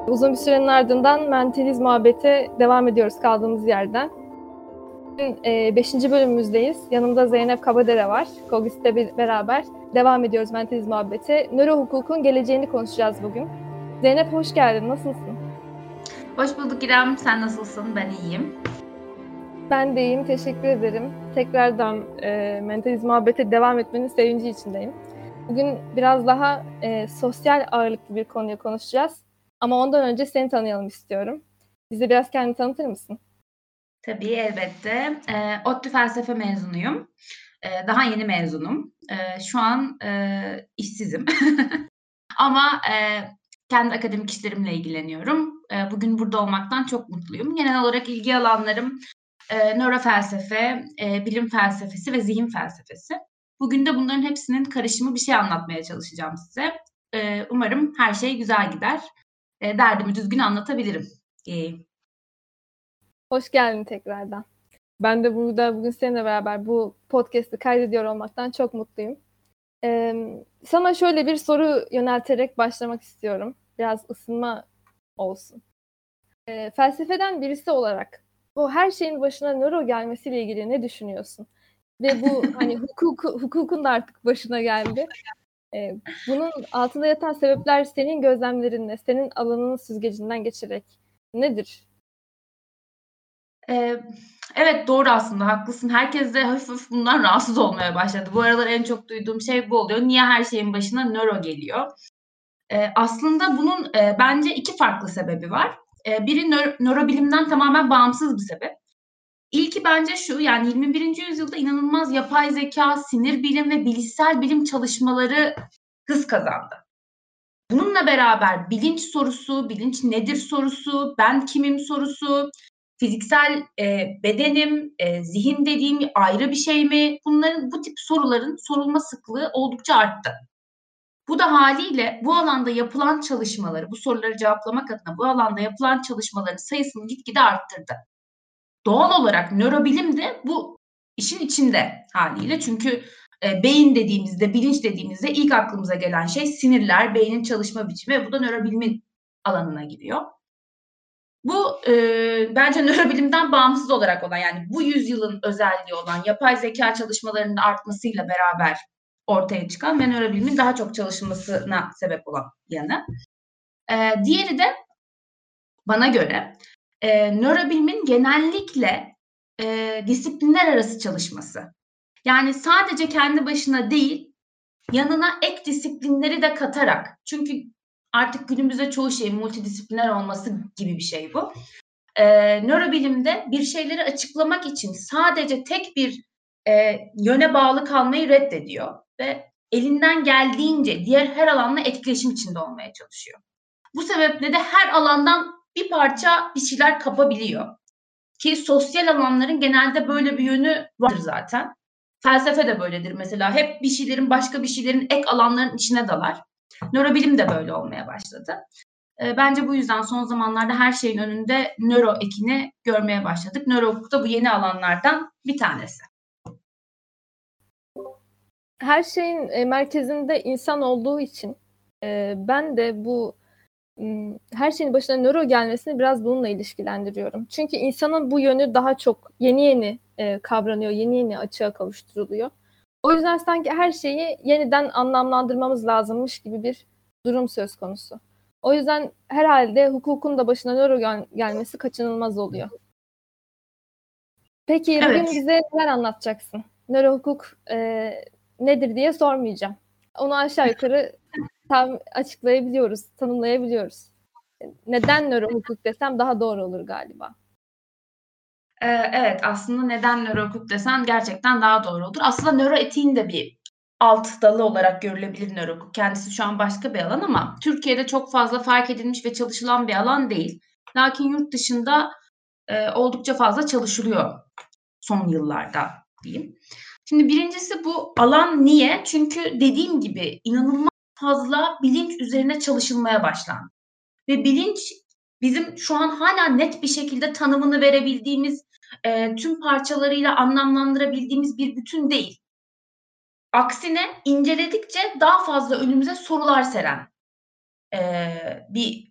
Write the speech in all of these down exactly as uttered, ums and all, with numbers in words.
Uzun bir sürenin ardından Mentaliz muhabbete devam ediyoruz kaldığımız yerden. Bugün e, beşinci bölümümüzdeyiz. Yanımda Zeynep Kabadere var. Kogist'le bir- beraber devam ediyoruz Mentaliz muhabbete. Nöro hukukun geleceğini konuşacağız bugün. Zeynep hoş geldin. Nasılsın? Hoş bulduk İrem. Sen nasılsın? Ben iyiyim. Ben de iyiyim. Teşekkür ederim. Tekrardan e, Mentaliz muhabbete devam etmenin sevinci içindeyim. Bugün biraz daha e, sosyal ağırlıklı bir konuya konuşacağız. Ama ondan önce seni tanıyalım istiyorum. Bize biraz kendini tanıtır mısın? Tabii elbette. Ee, ODTÜ felsefe mezunuyum. Ee, daha yeni mezunum. Ee, şu an e, işsizim. Ama e, kendi akademik işlerimle ilgileniyorum. E, bugün burada olmaktan çok mutluyum. Genel olarak ilgi alanlarım e, nörofelsefe, e, bilim felsefesi ve zihin felsefesi. Bugün de bunların hepsinin karışımı bir şey anlatmaya çalışacağım size. E, umarım her şey güzel gider. E, derdimi düzgün anlatabilirim. E, Hoş geldin tekrardan. Ben de burada bugün seninle beraber bu podcast'i kaydediyor olmaktan çok mutluyum. Ee, sana şöyle bir soru yönelterek başlamak istiyorum. Biraz ısınma olsun. Ee, felsefeden birisi olarak bu her şeyin başına nöro gelmesiyle ilgili ne düşünüyorsun? Ve bu hani hukuk, hukukun da artık başına geldi. Ee, bunun altında yatan sebepler senin gözlemlerinle, senin alanının süzgecinden geçerek nedir? Eee, evet, doğru aslında, haklısın. Herkes de hafif hafif bundan rahatsız olmaya başladı. Bu aralar en çok duyduğum şey bu oluyor. Niye her şeyin başına nöro geliyor? Eee, aslında bunun, eee, bence iki farklı sebebi var. Eee, biri nör nörobilimden tamamen bağımsız bir sebep. İlki bence şu, yani yirmi birinci yüzyılda inanılmaz yapay zekâ, sinir bilim ve bilişsel bilim çalışmaları hız kazandı. Bununla beraber bilinç sorusu, bilinç nedir sorusu, ben kimim sorusu, fiziksel, eee, bedenim, eee, zihin dediğim ayrı bir şey mi? Bunların, bu tip soruların sorulma sıklığı oldukça arttı. Bu da hâliyle bu alanda yapılan çalışmaları, bu soruları cevaplamak adına bu alanda yapılan çalışmaların sayısını gitgide arttırdı. Doğal olarak nörobilim de bu işin içinde hâliyle. Çünkü, eee, beyin dediğimizde, bilinç dediğimizde ilk aklımıza gelen şey sinirler, beynin çalışma biçimi ve bu da nörobilimin alanına giriyor. Bu, eee, bence nörobilimden bağımsız olarak olan, yani bu yüzyılın özelliği olan yapay zekâ çalışmalarının artmasıyla beraber ortaya çıkan ve nörobilimin daha çok çalışılmasına sebep olan yanı. Eee, diğeri de bana göre, eee, nörobilimin genellikle, eee, disiplinler arası çalışması. Yani sadece kendi başına değil, yanına ek disiplinleri de katarak, çünkü artık günümüzde çoğu şeyin multidisipliner olması gibi bir şey bu. Eee, nörobilimde bir şeyleri açıklamak için sadece tek bir, eee, yöne bağlı kalmayı reddediyor ve elinden geldiğince diğer her alanla etkileşim içinde olmaya çalışıyor. Bu sebeple de her alandan bir parça bir şeyler kapabiliyor. Ki sosyal alanların genelde böyle bir yönü vardır zaten. Felsefe de böyledir mesela. Hep bir şeylerin, başka bir şeylerin ek alanların içine dalar. Nörobilim de böyle olmaya başladı. Eee, bence bu yüzden son zamanlarda her şeyin önünde nöro ekini görmeye başladık. Nöro hukuk da bu yeni alanlardan bir tanesi. Her şeyin e, merkezinde insan olduğu için e, ben de bu m, her şeyin başına nöro gelmesini biraz bununla ilişkilendiriyorum. Çünkü insanın bu yönü daha çok yeni yeni e, kavranıyor, yeni yeni açığa kavuşturuluyor. O yüzden sanki her şeyi yeniden anlamlandırmamız lazımmış gibi bir durum söz konusu. O yüzden herhalde hukukun da başına nöro gel- gelmesi kaçınılmaz oluyor. Peki bugün Evet. bize neler anlatacaksın? Nöro hukuk e, nedir diye sormayacağım. Onu aşağı yukarı tam açıklayabiliyoruz, tanımlayabiliyoruz. Neden nöro hukuk desem daha doğru olur galiba. Eee, evet, aslında neden nöro hukuk desen gerçekten daha doğru olur. Aslında nöroetiğin de bir alt dalı olarak görülebilir nöro hukuk. Kendisi şu an başka bir alan ama Türkiye'de çok fazla fark edilmiş ve çalışılan bir alan değil. Lakin yurt dışında, eee, oldukça fazla çalışılıyor son yıllarda diyeyim. Şimdi birincisi bu alan niye? Çünkü dediğim gibi inanılmaz fazla bilinç üzerine çalışılmaya başlandı ve bilinç bizim şu an hâlâ net bir şekilde tanımını verebildiğimiz, eee, tüm parçalarıyla anlamlandırabildiğimiz bir bütün değil. Aksine inceledikçe daha fazla önümüze sorular seren, eee, bir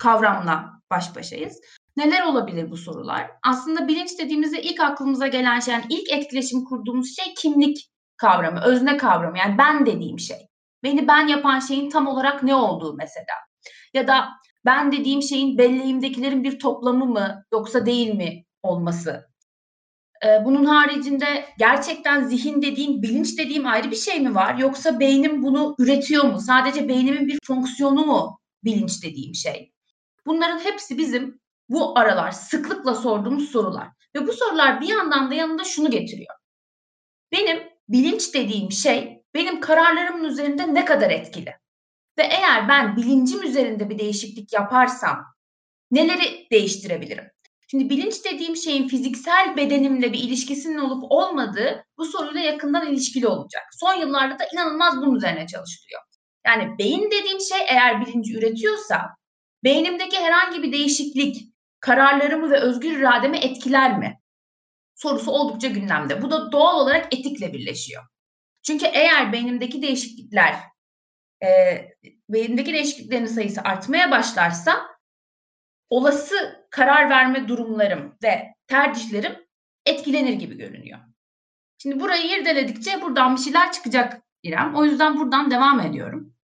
kavramla baş başayız. Neler olabilir bu sorular? Aslında bilinç dediğimizde ilk aklımıza gelen şey, yani ilk etkileşim kurduğumuz şey kimlik kavramı, özne kavramı. Yani ben dediğim şey. Beni ben yapan şeyin tam olarak ne olduğu mesela. Ya da ben dediğim şeyin belleğimdekilerin bir toplamı mı yoksa değil mi olması. Ee, bunun haricinde gerçekten zihin dediğim, bilinç dediğim ayrı bir şey mi var? Yoksa beynim bunu üretiyor mu? Sadece beynimin bir fonksiyonu mu bilinç dediğim şey? Bunların hepsi bizim bu aralar sıklıkla sorduğumuz sorular. Ve bu sorular bir yandan da yanında şunu getiriyor. Benim bilinç dediğim şey benim kararlarımın üzerinde ne kadar etkili? Ve eğer ben bilincim üzerinde bir değişiklik yaparsam neleri değiştirebilirim? Şimdi bilinç dediğim şeyin fiziksel bedenimle bir ilişkisinin olup olmadığı bu soruyla yakından ilişkili olacak. Son yıllarda da inanılmaz bunun üzerine çalışılıyor. Yani beyin dediğim şey eğer bilinci üretiyorsa beynimdeki herhangi bir değişiklik kararlarımı ve özgür irademi etkiler mi? Sorusu oldukça gündemde. Bu da doğal olarak etikle birleşiyor. Çünkü eğer beynimdeki değişiklikler, e, beynimdeki değişikliklerin sayısı artmaya başlarsa olası karar verme durumlarım ve tercihlerim etkilenir gibi görünüyor. Şimdi burayı irdeledikçe buradan bir şeyler çıkacak İrem. O yüzden buradan devam ediyorum.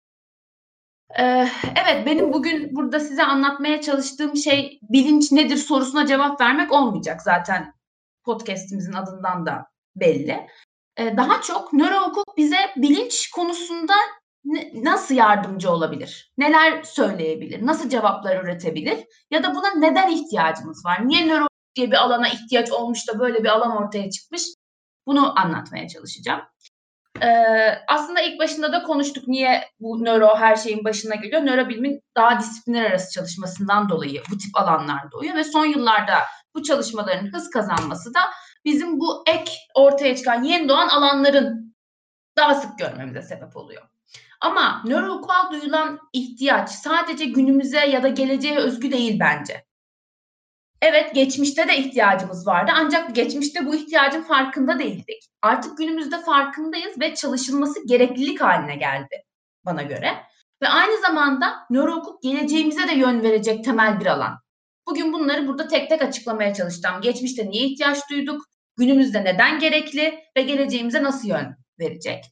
Ee, evet, benim bugün burada size anlatmaya çalıştığım şey bilinç nedir sorusuna cevap vermek olmayacak. Zaten podcast'imizin adından da belli. Ee, daha çok nörohukuk bize bilinç konusunda ne, nasıl yardımcı olabilir? Neler söyleyebilir? Nasıl cevaplar üretebilir? Ya da buna neden ihtiyacımız var? Niye nörohukuk diye bir alana ihtiyaç olmuş da böyle bir alan ortaya çıkmış? Bunu anlatmaya çalışacağım. Ee, aslında ilk başında da konuştuk niye bu nöro her şeyin başına geliyor. Nörobilimin daha disiplinler arası çalışmasından dolayı bu tip alanlar doğuyor ve son yıllarda bu çalışmaların hız kazanması da bizim bu ek ortaya çıkan yeni doğan alanların daha sık görmemize sebep oluyor. Ama nörohukuka duyulan ihtiyaç sadece günümüze ya da geleceğe özgü değil bence. Evet, geçmişte de ihtiyacımız vardı ancak geçmişte bu ihtiyacın farkında değildik. Artık günümüzde farkındayız ve çalışılması gereklilik haline geldi bana göre. Ve aynı zamanda nörohukuk geleceğimize de yön verecek temel bir alan. Bugün bunları burada tek tek açıklamaya çalışacağım. Geçmişte niye ihtiyaç duyduk, günümüzde neden gerekli ve geleceğimize nasıl yön verecek?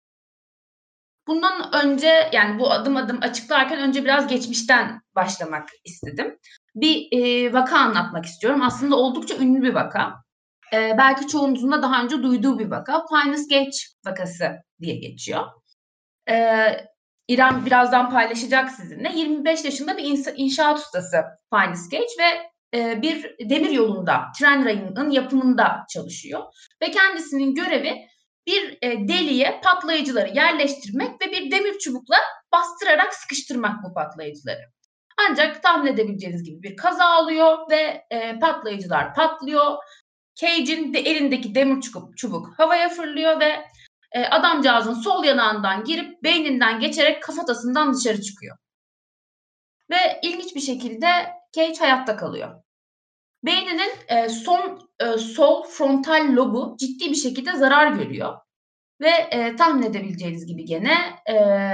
Bundan önce, yani bu adım adım açıklarken önce biraz geçmişten başlamak istedim. Bir e, vaka anlatmak istiyorum. Aslında oldukça ünlü bir vaka. E, belki çoğunuzun da daha önce duyduğu bir vaka. Finus Gage vakası diye geçiyor. E, İrem birazdan paylaşacak sizinle. yirmi beş yaşında bir insa, inşaat ustası Finus Gage ve e, bir demir yolunda, tren rayının yapımında çalışıyor. Ve kendisinin görevi bir e, deliğe patlayıcıları yerleştirmek ve bir demir çubukla bastırarak sıkıştırmak bu patlayıcıları. Ancak tahmin edebileceğiniz gibi bir kaza oluyor ve e, patlayıcılar patlıyor. Cage'in de elindeki demir çubuk, çubuk havaya fırlıyor ve e, adamcağızın sol yanağından girip beyninden geçerek kafatasından dışarı çıkıyor. Ve ilginç bir şekilde Cage hayatta kalıyor. Beyninin e, son e, sol frontal lobu ciddi bir şekilde zarar görüyor. Ve e, tahmin edebileceğiniz gibi gene e,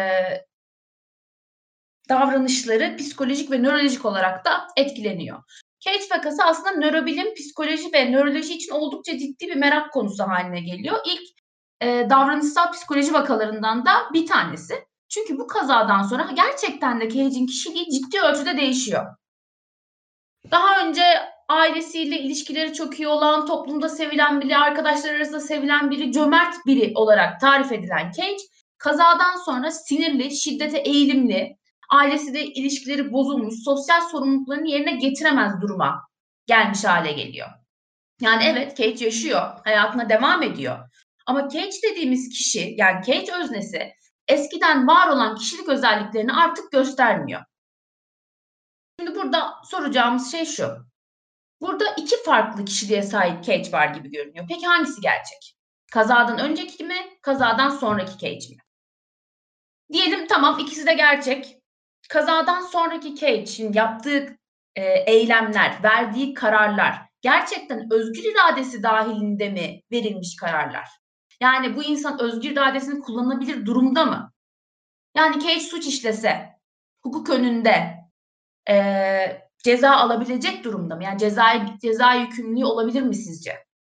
davranışları psikolojik ve nörolojik olarak da etkileniyor. Cage vakası aslında nörobilim, psikoloji ve nöroloji için oldukça ciddi bir merak konusu haline geliyor. İlk e, davranışsal psikoloji vakalarından da bir tanesi. Çünkü bu kazadan sonra gerçekten de Cage'in kişiliği ciddi ölçüde değişiyor. Daha önce ailesiyle ilişkileri çok iyi olan, toplumda sevilen biri, arkadaşlar arasında sevilen biri, cömert biri olarak tarif edilen Cage, kazadan sonra sinirli, şiddete eğilimli, ailesiyle ilişkileri bozulmuş, sosyal sorumluluklarını yerine getiremez duruma gelmiş hale geliyor. Yani evet, Cage yaşıyor, hayatına devam ediyor. Ama Cage dediğimiz kişi, yani Cage öznesi, eskiden var olan kişilik özelliklerini artık göstermiyor. Şimdi burada soracağımız şey şu. Burada iki farklı kişiliğe sahip Cage var gibi görünüyor. Peki hangisi gerçek? Kazadan önceki mi, kazadan sonraki Cage mi? Diyelim tamam, ikisi de gerçek. Kazadan sonraki Cage'in yaptığı e, eylemler, verdiği kararlar gerçekten özgür iradesi dahilinde mi verilmiş kararlar? Yani bu insan özgür iradesini kullanabilir durumda mı? Yani Cage suç işlese, hukuk önünde e, ceza alabilecek durumda mı? Yani ceza, ceza yükümlülüğü olabilir mi sizce?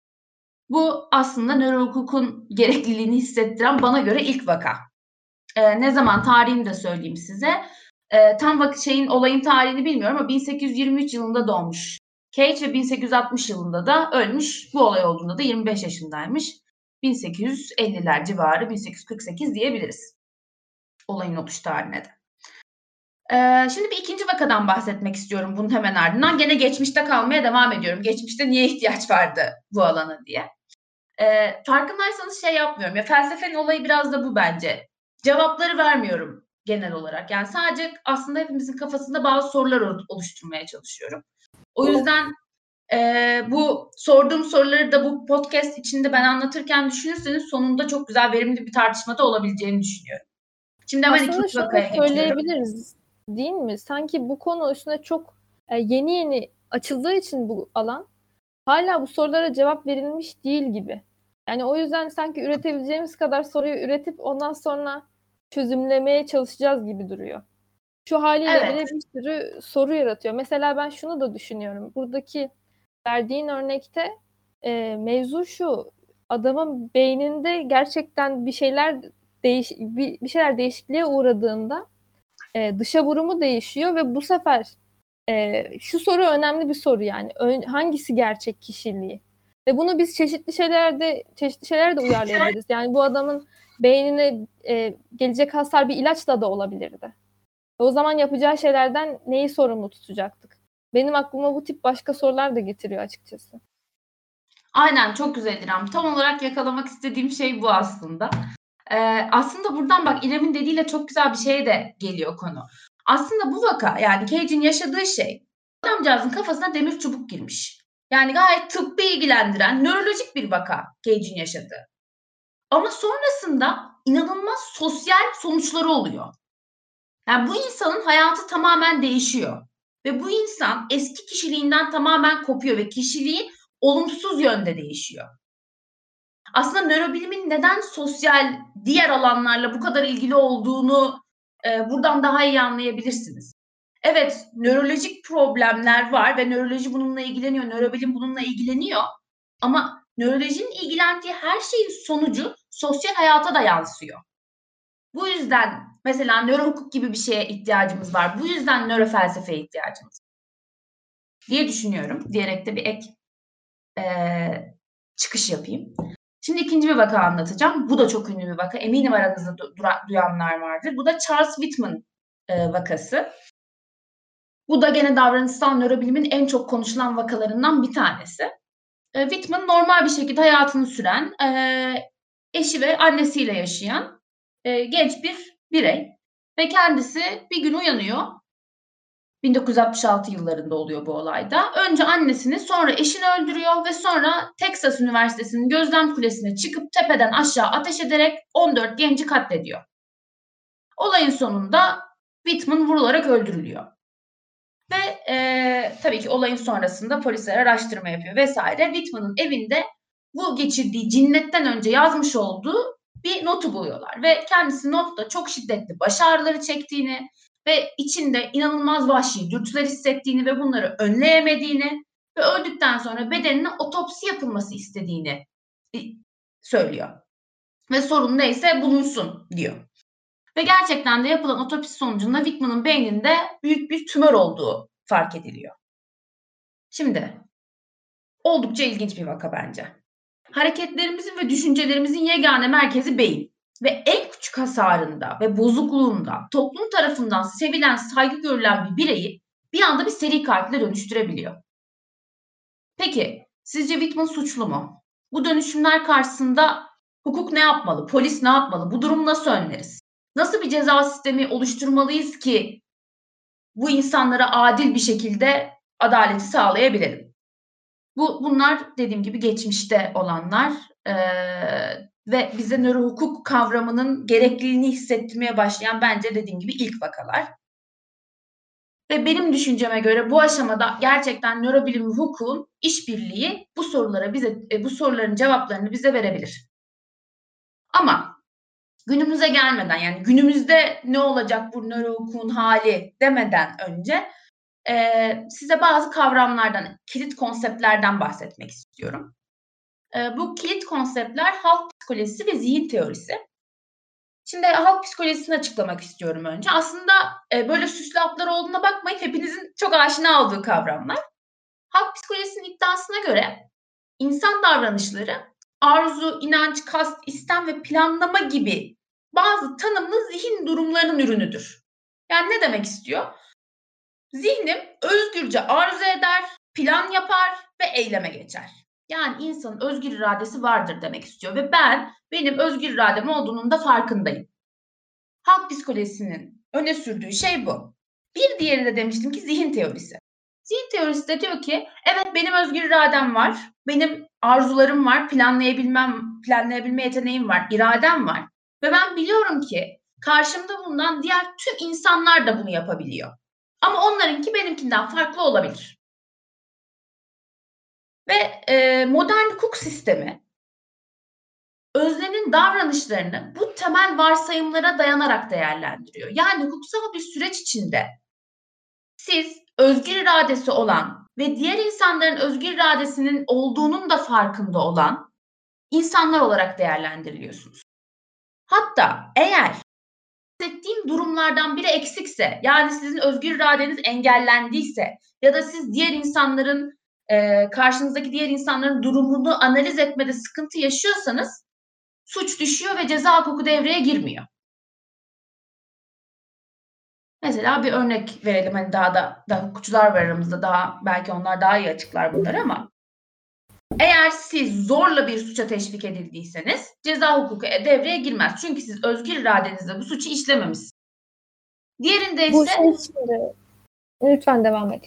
Bu aslında nörohukukun gerekliliğini hissettiren bana göre ilk vaka. E, ne zaman tarihini de söyleyeyim size. E, tam vakit şeyin olayın tarihini bilmiyorum ama bin sekiz yüz yirmi üç yılında doğmuş Cage ve bin sekiz yüz altmış yılında da ölmüş. Bu olay olduğunda da yirmi beş yaşındaymış. bin sekiz yüz elliler civarı, bin sekiz yüz kırk sekiz diyebiliriz olayın oluş tarihine de. Ee, şimdi bir ikinci vakadan bahsetmek istiyorum bunun hemen ardından. Gene geçmişte kalmaya devam ediyorum. Geçmişte niye ihtiyaç vardı bu alana diye. Ee, farkındaysanız şey yapmıyorum. Ya felsefenin olayı biraz da bu bence. Cevapları vermiyorum genel olarak. Yani sadece aslında hepimizin kafasında bazı sorular oluşturmaya çalışıyorum. O yüzden e, bu sorduğum soruları da bu podcast içinde ben anlatırken düşünürseniz sonunda çok güzel, verimli bir tartışmada olabileceğini düşünüyorum. Şimdi hemen Aslında ikinci şunu vakaya geçiyorum. söyleyebiliriz değil mi? Sanki bu konu üstüne çok e, yeni yeni açıldığı için bu alan hala bu sorulara cevap verilmiş değil gibi. Yani o yüzden sanki üretebileceğimiz kadar soruyu üretip ondan sonra çözümlemeye çalışacağız gibi duruyor. Şu haliyle Evet. bile bir sürü soru yaratıyor. Mesela ben şunu da düşünüyorum. Buradaki verdiğin örnekte e, mevzu şu. Adamın beyninde gerçekten bir şeyler değiş bir, bir şeyler değişikliğe uğradığında e, dışa vurumu değişiyor ve bu sefer e, şu soru önemli bir soru yani. Ön, hangisi gerçek kişiliği? Ve bunu biz çeşitli şeylerde çeşitli şeylerde uyarlayabiliriz. Yani bu adamın beynine e, gelecek hasar bir ilaçla da olabilirdi. O zaman yapacağı şeylerden neyi sorumlu tutacaktık? Benim aklıma bu tip başka sorular da getiriyor açıkçası. Aynen, çok güzel İrem. Tam olarak yakalamak istediğim şey bu aslında. Ee, aslında buradan bak İrem'in dediğiyle çok güzel bir şeye de geliyor konu. Aslında bu vaka, yani Cage'in yaşadığı şey, adamcağızın kafasına demir çubuk girmiş. Yani gayet tıbbi ilgilendiren nörolojik bir vaka Cage'in yaşadığı. Ama sonrasında inanılmaz sosyal sonuçları oluyor. Yani bu insanın hayatı tamamen değişiyor. Ve bu insan eski kişiliğinden tamamen kopuyor ve kişiliği olumsuz yönde değişiyor. Aslında nörobilimin neden sosyal diğer alanlarla bu kadar ilgili olduğunu e, buradan daha iyi anlayabilirsiniz. Evet, nörolojik problemler var ve nöroloji bununla ilgileniyor, nörobilim bununla ilgileniyor. Ama nörolojinin ilgilendiği her şeyin sonucu sosyal hayata da yansıyor. Bu yüzden mesela nörohukuk gibi bir şeye ihtiyacımız var. Bu yüzden nörofelsefeye ihtiyacımız var diye düşünüyorum. Diyerek de bir ek e, çıkış yapayım. Şimdi ikinci bir vaka anlatacağım. Bu da çok ünlü bir vaka. Eminim aranızda du- duyanlar vardır. Bu da Charles Whitman e, vakası. Bu da gene davranışsal nörobilimin en çok konuşulan vakalarından bir tanesi. E, Whitman normal bir şekilde hayatını süren, e, eşi ve annesiyle yaşayan e, genç bir birey. Ve kendisi bir gün uyanıyor. bin dokuz yüz altmış altı yıllarında oluyor bu olayda. Önce annesini, sonra eşini öldürüyor ve sonra Texas Üniversitesi'nin gözlem kulesine çıkıp tepeden aşağı ateş ederek on dört genci katlediyor. Olayın sonunda Whitman vurularak öldürülüyor. Ve e, tabii ki olayın sonrasında polisler araştırma yapıyor vesaire. Whitman'ın evinde bu geçirdiği cinnetten önce yazmış olduğu bir notu buluyorlar. Ve kendisi notta çok şiddetli baş ağrıları çektiğini ve içinde inanılmaz vahşi dürtüler hissettiğini ve bunları önleyemediğini ve öldükten sonra bedenine otopsi yapılması istediğini söylüyor. Ve sorun neyse bulunsun diyor. Ve gerçekten de yapılan otopsi sonucunda Whitman'ın beyninde büyük bir tümör olduğu fark ediliyor. Şimdi oldukça ilginç bir vaka bence. Hareketlerimizin ve düşüncelerimizin yegane merkezi beyin. Ve en küçük hasarında ve bozukluğunda toplum tarafından sevilen, saygı görülen bir bireyi bir anda bir seri katile dönüştürebiliyor. Peki, sizce Whitman suçlu mu? Bu dönüşümler karşısında hukuk ne yapmalı? Polis ne yapmalı? Bu durumu nasıl önleriz? Nasıl bir ceza sistemi oluşturmalıyız ki bu insanlara adil bir şekilde adaleti sağlayabilelim? Bu bunlar dediğim gibi geçmişte olanlar eee, ve bize nörohukuk kavramının gerekliliğini hissettirmeye başlayan bence dediğim gibi ilk vakalar. Ve benim düşünceme göre bu aşamada gerçekten nörobilim ve hukukun işbirliği bu sorulara bize bu soruların cevaplarını bize verebilir. Ama günümüze gelmeden, yani günümüzde ne olacak bu nörohukukun hali demeden önce Eee, size bazı kavramlardan, kilit konseptlerden bahsetmek istiyorum. Eee, bu kilit konseptler halk psikolojisi ve zihin teorisi. Şimdi halk psikolojisini açıklamak istiyorum önce. Aslında, eee, böyle süslü adları olduğuna bakmayın, hepinizin çok aşina olduğu kavramlar. Halk psikolojisinin iddiasına göre insan davranışları arzu, inanç, kast, istem ve planlama gibi bazı tanımlı zihin durumlarının ürünüdür. Yani ne demek istiyor? Zihnim özgürce arzu eder, plan yapar ve eyleme geçer. Yani insanın özgür iradesi vardır demek istiyor ve ben benim özgür iradem olduğunun da farkındayım. Halk psikolojisinin öne sürdüğü şey bu. Bir diğeri de demiştim ki zihin teorisi. Zihin teorisi de diyor ki evet benim özgür iradem var, benim arzularım var, planlayabilmem, planlayabilme yeteneğim var, iradem var ve ben biliyorum ki karşımda bulunan diğer tüm insanlar da bunu yapabiliyor. Ama onlarınki benimkinden farklı olabilir. Ve e, modern hukuk sistemi öznenin davranışlarını bu temel varsayımlara dayanarak değerlendiriyor. Yani hukuksal bir süreç içinde siz özgür iradesi olan ve diğer insanların özgür iradesinin olduğunun da farkında olan insanlar olarak değerlendiriliyorsunuz. Hatta eğer bahsettiğim durumlardan biri eksikse, yani sizin özgür iradeniz engellendiyse ya da siz diğer insanların, e, karşınızdaki diğer insanların durumunu analiz etmede sıkıntı yaşıyorsanız suç düşüyor ve ceza hukuku devreye girmiyor. Mesela bir örnek verelim. Hani daha da, da hukukçular var aramızda. Daha belki onlar daha iyi açıklar bunları ama eğer siz zorla bir suça teşvik edildiyseniz ceza hukuku devreye girmez. Çünkü siz özgür iradenizle bu suçu işlememişsiniz. Diğerinde Bu ise şey şimdi lütfen devam et.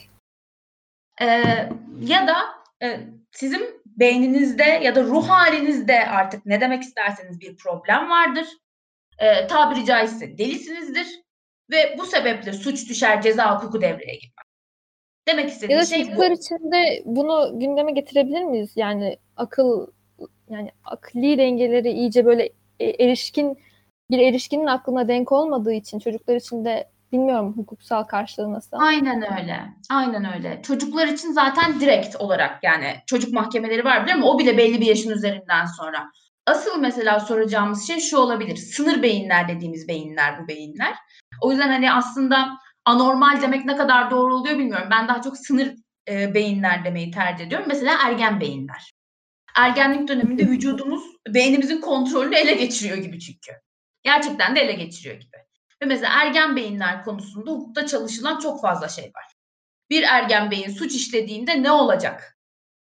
e, ya da e, sizin beyninizde ya da ruh halinizde artık ne demek isterseniz bir problem vardır. E, tabiri caizse delisinizdir ve bu sebeple suç düşer, ceza hukuku devreye girmez. Demek Ya istediğim da şey bu. çocuklar için de bunu gündeme getirebilir miyiz? Yani akıl, yani akli dengeleri iyice böyle e, erişkin bir erişkinin aklına denk olmadığı için çocuklar için de bilmiyorum hukuksal karşılığı nasıl. Aynen öyle. Aynen öyle. Çocuklar için zaten direkt olarak yani çocuk mahkemeleri var biliyor musun? O bile belli bir yaşın üzerinden sonra. Asıl mesela soracağımız şey şu olabilir. Sınır beyinler dediğimiz beyinler bu beyinler. O yüzden hani aslında anormal demek ne kadar doğru oluyor bilmiyorum. Ben daha çok sınır e, beyinler demeyi tercih ediyorum. Mesela ergen beyinler. Ergenlik döneminde vücudumuz beynimizin kontrolünü ele geçiriyor gibi çünkü. Gerçekten de ele geçiriyor gibi. Ve mesela ergen beyinler konusunda hukukta çalışılan çok fazla şey var. Bir ergen beyin suç işlediğinde ne olacak?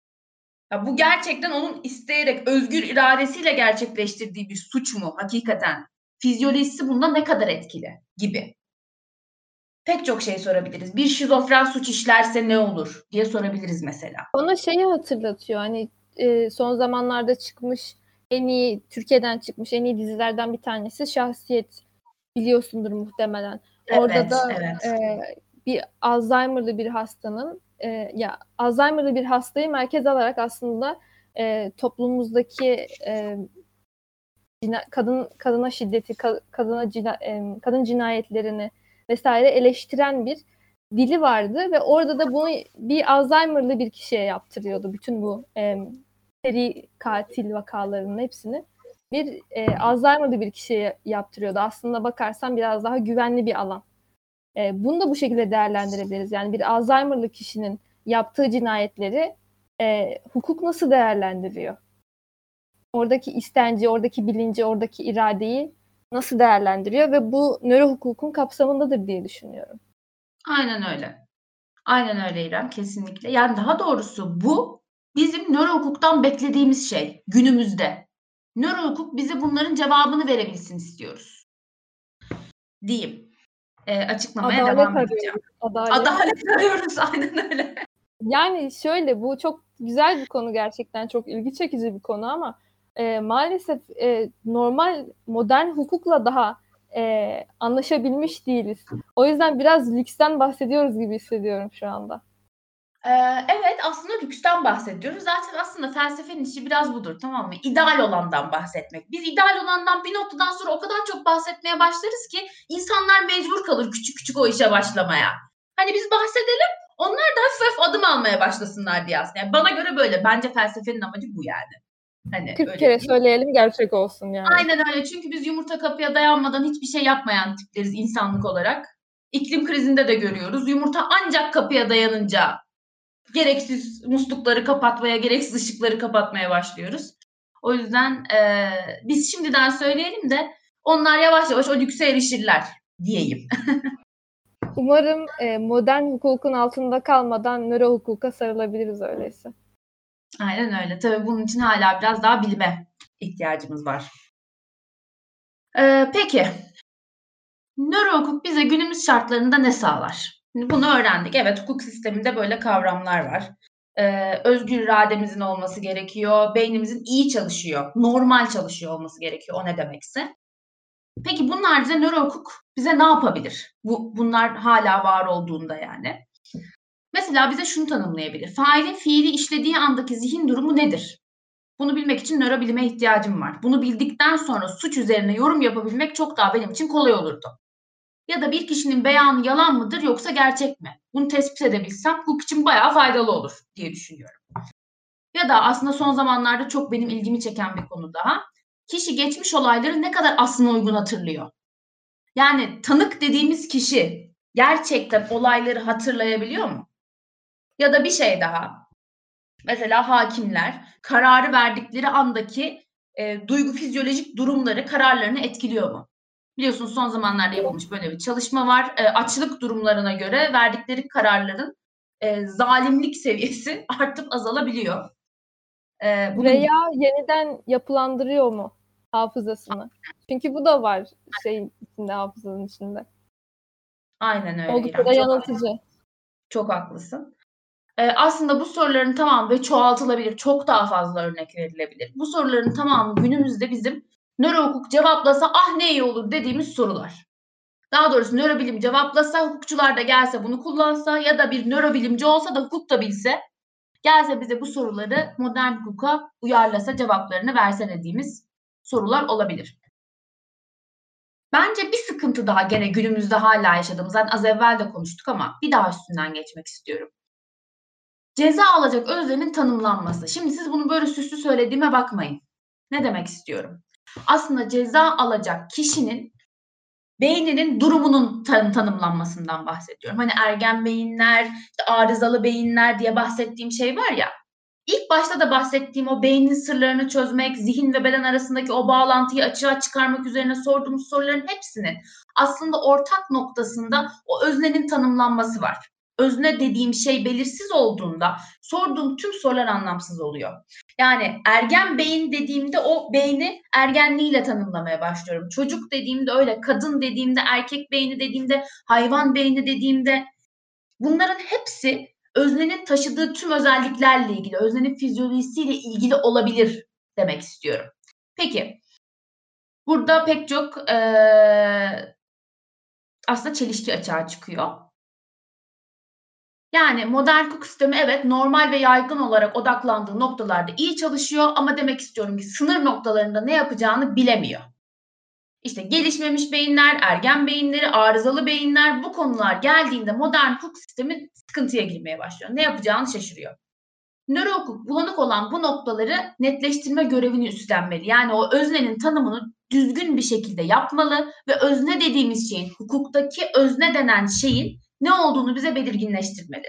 Ya bu gerçekten onun isteyerek, özgür iradesiyle gerçekleştirdiği bir suç mu hakikaten? Fizyolojisi bunda ne kadar etkili gibi. Pek çok şey sorabiliriz. Bir şizofren suç işlerse ne olur diye sorabiliriz mesela. Bana şeyi hatırlatıyor. Hani e, son zamanlarda çıkmış en iyi Türkiye'den çıkmış en iyi dizilerden bir tanesi Şahsiyet, biliyorsundur muhtemelen. Orada Evet, da evet. e, bir Alzheimer'lı bir hastanın e, ya Alzheimer'lı bir hastayı merkez alarak aslında e, toplumumuzdaki e, cina, kadın kadına şiddeti, ka, kadına cina, e, kadın cinayetlerini vesaire eleştiren bir dili vardı ve orada da bunu bir Alzheimer'lı bir kişiye yaptırıyordu. Bütün bu e, seri katil vakalarının hepsini bir e, Alzheimer'lı bir kişiye yaptırıyordu. Aslında bakarsan biraz daha güvenli bir alan. E, bunu da bu şekilde değerlendirebiliriz. Yani bir Alzheimer'lı kişinin yaptığı cinayetleri e, hukuk nasıl değerlendiriyor? Oradaki istenci, oradaki bilinci, oradaki iradeyi nasıl değerlendiriyor ve bu nöro hukukun kapsamındadır diye düşünüyorum. Aynen öyle. Aynen öyle İrem, kesinlikle. Yani daha doğrusu bu bizim nöro hukuktan beklediğimiz şey günümüzde. Nöro hukuk bize bunların cevabını verebilsin istiyoruz. Diyeyim. Eee, açıklamaya Adalet devam edeceğim. arıyoruz. Adalet. Adalet arıyoruz, aynen öyle. Yani şöyle, bu çok güzel bir konu gerçekten. Çok ilgi çekici bir konu ama e, maalesef e, normal modern hukukla daha e, anlaşabilmiş değiliz. O yüzden biraz lüksten bahsediyoruz gibi hissediyorum şu anda. Eee, evet, aslında lüksten bahsediyoruz. Zaten aslında felsefenin işi biraz budur, tamam mı? İdeal olandan bahsetmek. Biz ideal olandan bir noktadan sonra o kadar çok bahsetmeye başlarız ki insanlar mecbur kalır küçük küçük o işe başlamaya. Hani biz bahsedelim, Onlar da hafif hafif adım almaya başlasınlar diye aslında. Yani bana göre böyle. Bence felsefenin amacı bu yani. Hani kırk öyle kere diyeyim. söyleyelim gerçek olsun yani. Aynen öyle. Çünkü biz yumurta kapıya dayanmadan hiçbir şey yapmayan tipleriz insanlık olarak. İklim krizinde de görüyoruz. Yumurta ancak kapıya dayanınca gereksiz muslukları kapatmaya, gereksiz ışıkları kapatmaya başlıyoruz. O yüzden e, biz şimdiden söyleyelim de onlar yavaş yavaş o lükse erişirler diyeyim. Umarım e, modern hukukun altında kalmadan nöro hukuka sarılabiliriz öyleyse. Aynen öyle. Tabii bunun için hala biraz daha bilime ihtiyacımız var. Ee, peki, nöro hukuk bize günümüz şartlarında ne sağlar? Şimdi bunu öğrendik. Evet, hukuk sisteminde böyle kavramlar var. Ee, özgür irademizin olması gerekiyor. Beynimizin iyi çalışıyor, normal çalışıyor olması gerekiyor. O ne demekse. Peki bunun haricinde nöro hukuk bize ne yapabilir? Bu, bunlar hala var olduğunda yani. Mesela bize şunu tanımlayabilir. Failin fiili işlediği andaki zihin durumu nedir? Bunu bilmek için nörobilime ihtiyacım var. Bunu bildikten sonra suç üzerine yorum yapabilmek çok daha benim için kolay olurdu. Ya da bir kişinin beyanı yalan mıdır yoksa gerçek mi? Bunu tespit edebilsem hukuk için bayağı faydalı olur diye düşünüyorum. Ya da aslında son zamanlarda çok benim ilgimi çeken bir konu daha. Kişi geçmiş olayları ne kadar aslına uygun hatırlıyor? Yani tanık dediğimiz kişi gerçekten olayları hatırlayabiliyor mu? Ya da bir şey daha. Mesela hakimler kararı verdikleri andaki e, duygu fizyolojik durumları kararlarını etkiliyor mu? Biliyorsunuz son zamanlarda yapılmış böyle bir çalışma var. E, açlık durumlarına göre verdikleri kararların e, zalimlik seviyesi artıp azalabiliyor. E, bunun gibi. Veya yeniden yapılandırıyor mu hafızasını? Çünkü bu da var şeyin içinde, hafızanın içinde. Aynen öyle Oldukça İrem. da Çok, yanıltıcı. çok haklısın. E, aslında bu soruların tamamı ve çoğaltılabilir. Çok daha fazla örnek verilebilir. Bu soruların tamamı günümüzde bizim nöro hukuk cevaplasa ah ne iyi olur dediğimiz sorular. Daha doğrusu nörobilim cevaplasa, hukukçular da gelse bunu kullansa ya da bir nörobilimci olsa da hukuk da bilse, gelse bize bu soruları modern hukuka uyarlasa, cevaplarını verse dediğimiz sorular olabilir. Bence bir sıkıntı daha gene günümüzde hala yaşadığımız, zaten az evvel de konuştuk ama bir daha üstünden geçmek istiyorum. Ceza alacak öznenin tanımlanması. Şimdi siz bunu böyle süslü söylediğime bakmayın. Ne demek istiyorum? Aslında ceza alacak kişinin beyninin durumunun tan- tanımlanmasından bahsediyorum. Hani ergen beyinler, işte arızalı beyinler diye bahsettiğim şey var ya. İlk başta da bahsettiğim o beynin sırlarını çözmek, zihin ve beden arasındaki o bağlantıyı açığa çıkarmak üzerine sorduğumuz soruların hepsinin aslında ortak noktasında o öznenin tanımlanması var. Özne dediğim şey belirsiz olduğunda sorduğum tüm sorular anlamsız oluyor. Yani ergen beyin dediğimde o beyni ergenliğiyle tanımlamaya başlıyorum. Çocuk dediğimde öyle, kadın dediğimde, erkek beyni dediğimde, hayvan beyni dediğimde bunların hepsi öznenin taşıdığı tüm özelliklerle ilgili, öznenin fizyolojisiyle ilgili olabilir demek istiyorum. Peki, burada pek çok ee, aslında çelişki açığa çıkıyor. Yani modern hukuk sistemi evet normal ve yaygın olarak odaklandığı noktalarda iyi çalışıyor ama demek istiyorum ki sınır noktalarında ne yapacağını bilemiyor. İşte gelişmemiş beyinler, ergen beyinleri, arızalı beyinler bu konular geldiğinde modern hukuk sistemi sıkıntıya girmeye başlıyor. Ne yapacağını şaşırıyor. Nörohukuk bulanık olan bu noktaları netleştirme görevini üstlenmeli. Yani o öznenin tanımını düzgün bir şekilde yapmalı ve özne dediğimiz şeyin, hukuktaki özne denen şeyin ne olduğunu bize belirginleştirmeli.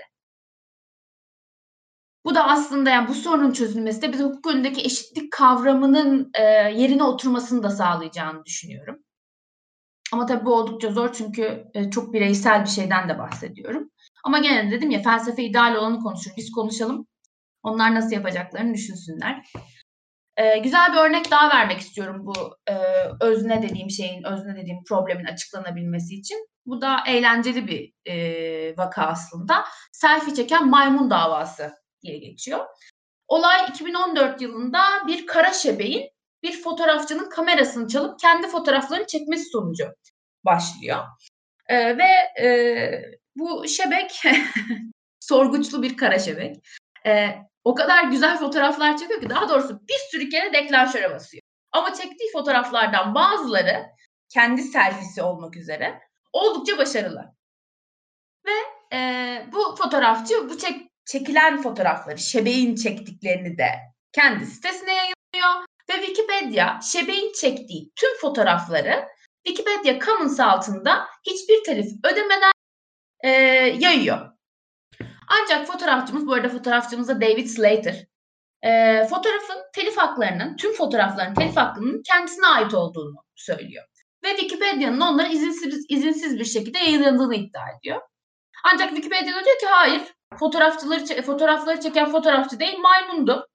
Bu da aslında yani bu sorunun çözülmesi de bize hukuk önündeki eşitlik kavramının e, yerine oturmasını da sağlayacağını düşünüyorum. Ama tabii bu oldukça zor çünkü e, çok bireysel bir şeyden de bahsediyorum. Ama gene de dedim ya felsefe ideal olanı konuşur. Biz konuşalım. Onlar nasıl yapacaklarını düşünsünler. Ee, güzel bir örnek daha vermek istiyorum bu e, özne dediğim şeyin, özne dediğim problemin açıklanabilmesi için. Bu da eğlenceli bir e, vaka aslında. Selfie çeken maymun davası diye geçiyor. Olay iki bin on dört yılında bir kara şebeğin bir fotoğrafçının kamerasını çalıp kendi fotoğraflarını çekmesi sonucu başlıyor. Ee, ve e, bu şebek sorguçlu bir kara şebek. Ee, o kadar güzel fotoğraflar çekiyor ki daha doğrusu bir sürü kere deklanşöre basıyor. Ama çektiği fotoğraflardan bazıları kendi selfie'si olmak üzere oldukça başarılı. Ve e, bu fotoğrafçı bu çek, çekilen fotoğrafları, Şebek'in çektiklerini de kendi sitesine yayınlıyor ve Wikipedia Şebek'in çektiği tüm fotoğrafları Wikipedia Commons altında hiçbir telif ödemeden e, yayıyor. Ancak fotoğrafçımız, bu arada fotoğrafçımız da David Slater, e, fotoğrafın telif haklarının, tüm fotoğrafların telif hakkının kendisine ait olduğunu söylüyor. Ve Wikipedia'nın onları izinsiz, izinsiz bir şekilde yayınladığını iddia ediyor. Ancak Wikipedia diyor ki hayır, fotoğrafçıları, fotoğrafları çeken fotoğrafçı değil, maymundu.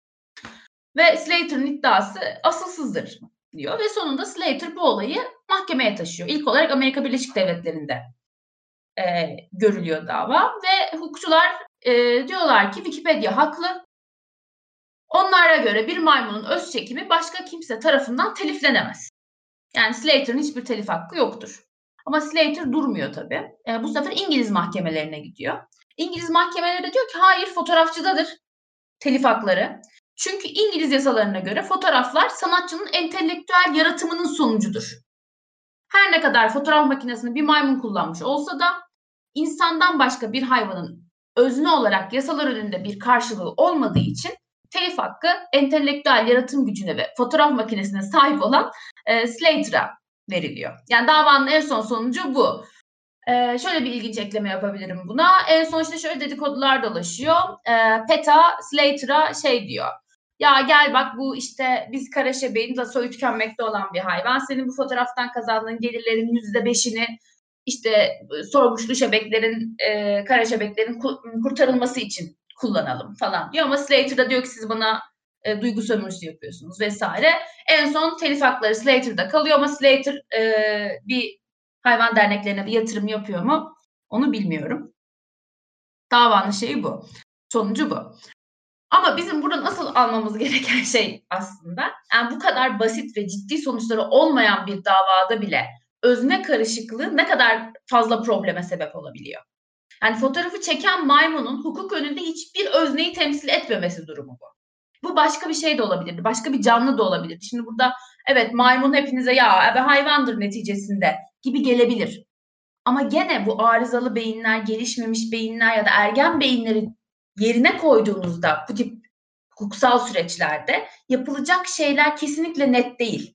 Ve Slater'ın iddiası asılsızdır diyor ve sonunda Slater bu olayı mahkemeye taşıyor. İlk olarak Amerika Birleşik Devletleri'nde e, görülüyor dava ve hukukçular e, diyorlar ki Wikipedia haklı. Onlara göre bir maymunun öz çekimi başka kimse tarafından teliflenemez. Yani Slater'ın hiçbir telif hakkı yoktur. Ama Slater durmuyor tabii. E, bu sefer İngiliz mahkemelerine gidiyor. İngiliz mahkemeleri de diyor ki hayır, fotoğrafçıdadır telif hakları. Çünkü İngiliz yasalarına göre fotoğraflar sanatçının entelektüel yaratımının sonucudur. Her ne kadar fotoğraf makinesini bir maymun kullanmış olsa da insandan başka bir hayvanın özne olarak yasalar önünde bir karşılığı olmadığı için telif hakkı entelektüel yaratım gücüne ve fotoğraf makinesine sahip olan e, Slater'a veriliyor. Yani davanın en son sonucu bu. Ee, şöyle bir ilginç ekleme yapabilirim buna. En son işte şöyle dedikodular dolaşıyor. Ee, PETA Slater'a şey diyor. Ya gel bak, bu işte biz kara şebeğin da soyu tükenmekte olan bir hayvan. Senin bu fotoğraftan kazandığın gelirlerin yüzde beşini işte sorguçlu şebeklerin, e, kara şebeklerin kurtarılması için kullanalım falan diyor. Ama Slater da diyor ki siz bana e, duygu sömürüsü yapıyorsunuz vesaire. En son telif hakları Slater'da kalıyor ama Slater e, bir hayvan derneklerine bir yatırım yapıyor mu? Onu bilmiyorum. Davanın şeyi bu. Sonucu bu. Ama bizim burada asıl almamız gereken şey aslında, yani bu kadar basit ve ciddi sonuçları olmayan bir davada bile özne karışıklığı ne kadar fazla probleme sebep olabiliyor. Yani fotoğrafı çeken maymunun hukuk önünde hiçbir özneyi temsil etmemesi durumu bu. Bu başka bir şey de olabilirdi. Başka bir canlı da olabilirdi. Şimdi burada evet, maymun hepinize ya ve hayvandır neticesinde gibi gelebilir. Ama gene bu arızalı beyinler, gelişmemiş beyinler ya da ergen beyinleri yerine koyduğunuzda bu tip hukuksal süreçlerde yapılacak şeyler kesinlikle net değil.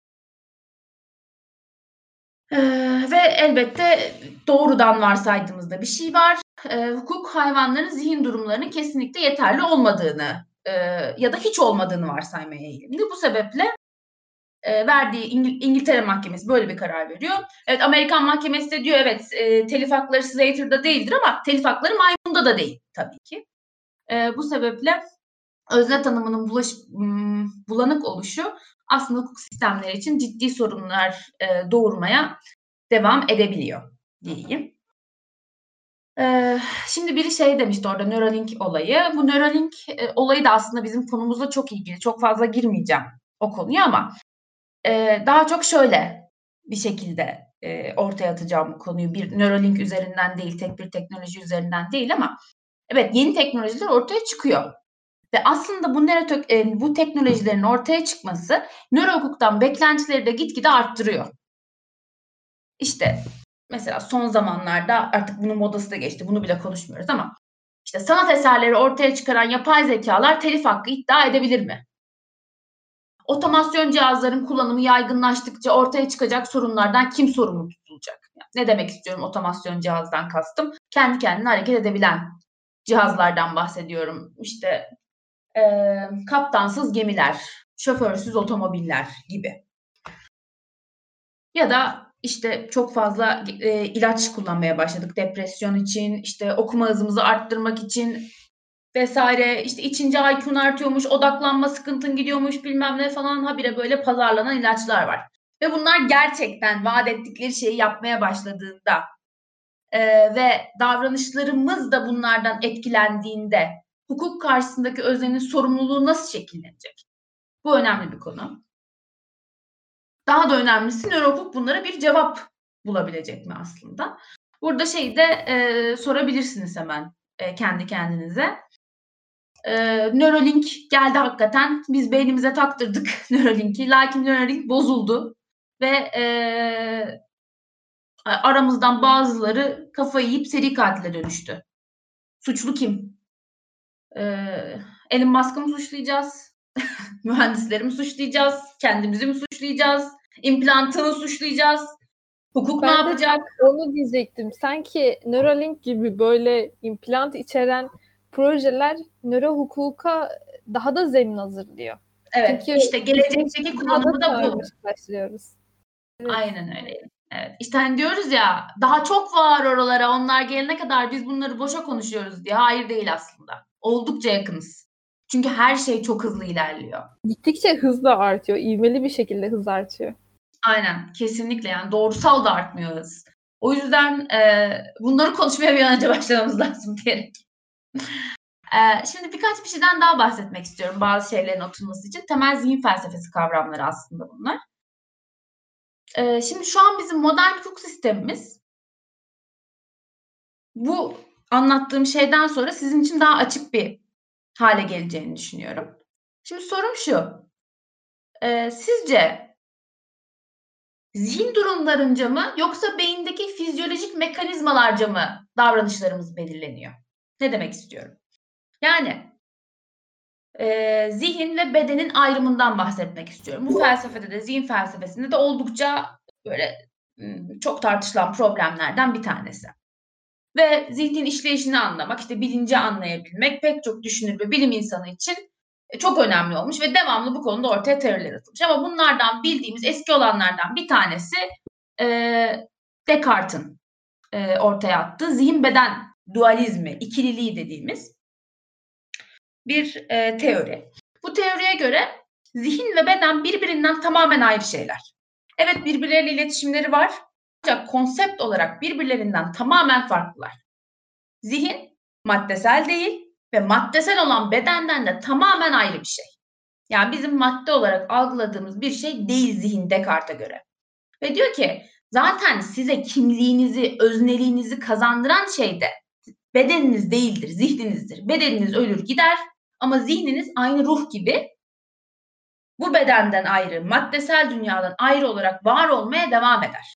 Ee, ve elbette doğrudan varsaydığımızda bir şey var. Ee, hukuk hayvanların zihin durumlarının kesinlikle yeterli olmadığını e, ya da hiç olmadığını varsaymaya eğilimli. Bu sebeple e, verdiği İngil- İngiltere Mahkemesi böyle bir karar veriyor. Evet, Amerikan Mahkemesi de diyor evet e, telif hakları Slater'da değildir ama telif hakları maymunda da değil tabii ki. E, bu sebeple özne tanımının bulaş, bulanık oluşu aslında hukuk sistemleri için ciddi sorunlar e, doğurmaya devam edebiliyor diyeyim. Ee, şimdi biri şey demişti orada, Neuralink olayı. Bu Neuralink e, olayı da aslında bizim konumuzla çok ilgili. Çok fazla girmeyeceğim o konuya ama e, daha çok şöyle bir şekilde e, ortaya atacağım bu konuyu. Bir Neuralink üzerinden değil, tek bir teknoloji üzerinden değil ama evet, yeni teknolojiler ortaya çıkıyor. Ve aslında bu, e, bu teknolojilerin ortaya çıkması nörohukuktan beklentileri de gitgide arttırıyor. İşte mesela son zamanlarda artık bunun modası da geçti. Bunu bile konuşmuyoruz ama işte sanat eserleri ortaya çıkaran yapay zekalar telif hakkı iddia edebilir mi? Otomasyon cihazların kullanımı yaygınlaştıkça ortaya çıkacak sorunlardan kim sorumlu tutulacak? Yani ne demek istiyorum otomasyon cihazdan kastım? Kendi kendine hareket edebilen cihazlardan bahsediyorum. İşte e, kaptansız gemiler, şoförsüz otomobiller gibi. Ya da işte çok fazla e, ilaç kullanmaya başladık depresyon için, işte okuma hızımızı arttırmak için vesaire. İşte içince I Q'un artıyormuş, odaklanma sıkıntın gidiyormuş bilmem ne falan, habire böyle pazarlanan ilaçlar var. Ve bunlar gerçekten vaat ettikleri şeyi yapmaya başladığında e, ve davranışlarımız da bunlardan etkilendiğinde hukuk karşısındaki öznenin sorumluluğu nasıl şekillenecek? Bu önemli bir konu. Daha da önemlisi nörohukuk bunlara bir cevap bulabilecek mi aslında? Burada şeyi de e, sorabilirsiniz hemen e, kendi kendinize. E, Neuralink geldi hakikaten. Biz beynimize taktırdık Neuralink'i. Lakin Neuralink bozuldu. Ve e, aramızdan bazıları kafayı yiyip seri katile dönüştü. Suçlu kim? Ee, Elon Musk'ı mı suçlayacağız? Mühendisleri mi suçlayacağız? Kendimizi mi suçlayacağız? İmplantı mı suçlayacağız? Hukuk Ben ne de yapacak? tam onu diyecektim. Sanki Neuralink gibi böyle implant içeren projeler nöro hukuka daha da zemin hazırlıyor. Evet, Çünkü işte gelecekteki daha da kullanımı da bu. karmaşıklaştırıyoruz. Evet. Aynen öyle. Evet. İşte hani diyoruz ya, daha çok var oralara, onlar gelene kadar biz bunları boşa konuşuyoruz diye. Hayır, değil aslında. Oldukça yakınız. Çünkü her şey çok hızlı ilerliyor. Gittikçe hız da artıyor. İvmeli bir şekilde hız artıyor. Aynen, kesinlikle, yani doğrusal da artmıyor hız. O yüzden eee, bunları konuşmaya bir an önce başlamamız lazım diyerek. Eee, şimdi birkaç bir şeyden daha bahsetmek istiyorum bazı şeylerin oturması için. Temel zihin felsefesi kavramları aslında bunlar. Eee, şimdi şu an bizim modern hukuk sistemimiz bu anlattığım şeyden sonra sizin için daha açık bir hale geleceğini düşünüyorum. Şimdi sorum şu, eee, sizce zihin durumlarınca mı yoksa beyindeki fizyolojik mekanizmalarca mı davranışlarımız belirleniyor? Ne demek istiyorum? Yani eee, zihin ve bedenin ayrımından bahsetmek istiyorum. Bu felsefede de, zihin felsefesinde de oldukça böyle ımm, çok tartışılan problemlerden bir tanesi. Ve zihnin işleyişini anlamak, işte bilinci anlayabilmek pek çok düşünür ve bilim insanı için e, çok önemli olmuş ve devamlı bu konuda ortaya teoriler atılmış. Ama bunlardan bildiğimiz eski olanlardan bir tanesi eee Descartes'in eee, ortaya attığı zihin beden dualizmi, ikililiği dediğimiz bir eee, teori. Bu teoriye göre zihin ve beden birbirinden tamamen ayrı şeyler. Evet, birbirleriyle iletişimleri var ancak konsept olarak birbirlerinden tamamen farklılar. Zihin maddesel değil ve maddesel olan bedenden de tamamen ayrı bir şey. Yani bizim madde olarak algıladığımız bir şey değil zihin Descartes'e göre. Ve diyor ki zaten size kimliğinizi, özneliğinizi kazandıran şey de bedeniniz değildir, zihninizdir. Bedeniniz ölür gider ama zihniniz aynı ruh gibi bu bedenden ayrı, maddesel dünyadan ayrı olarak var olmaya devam eder.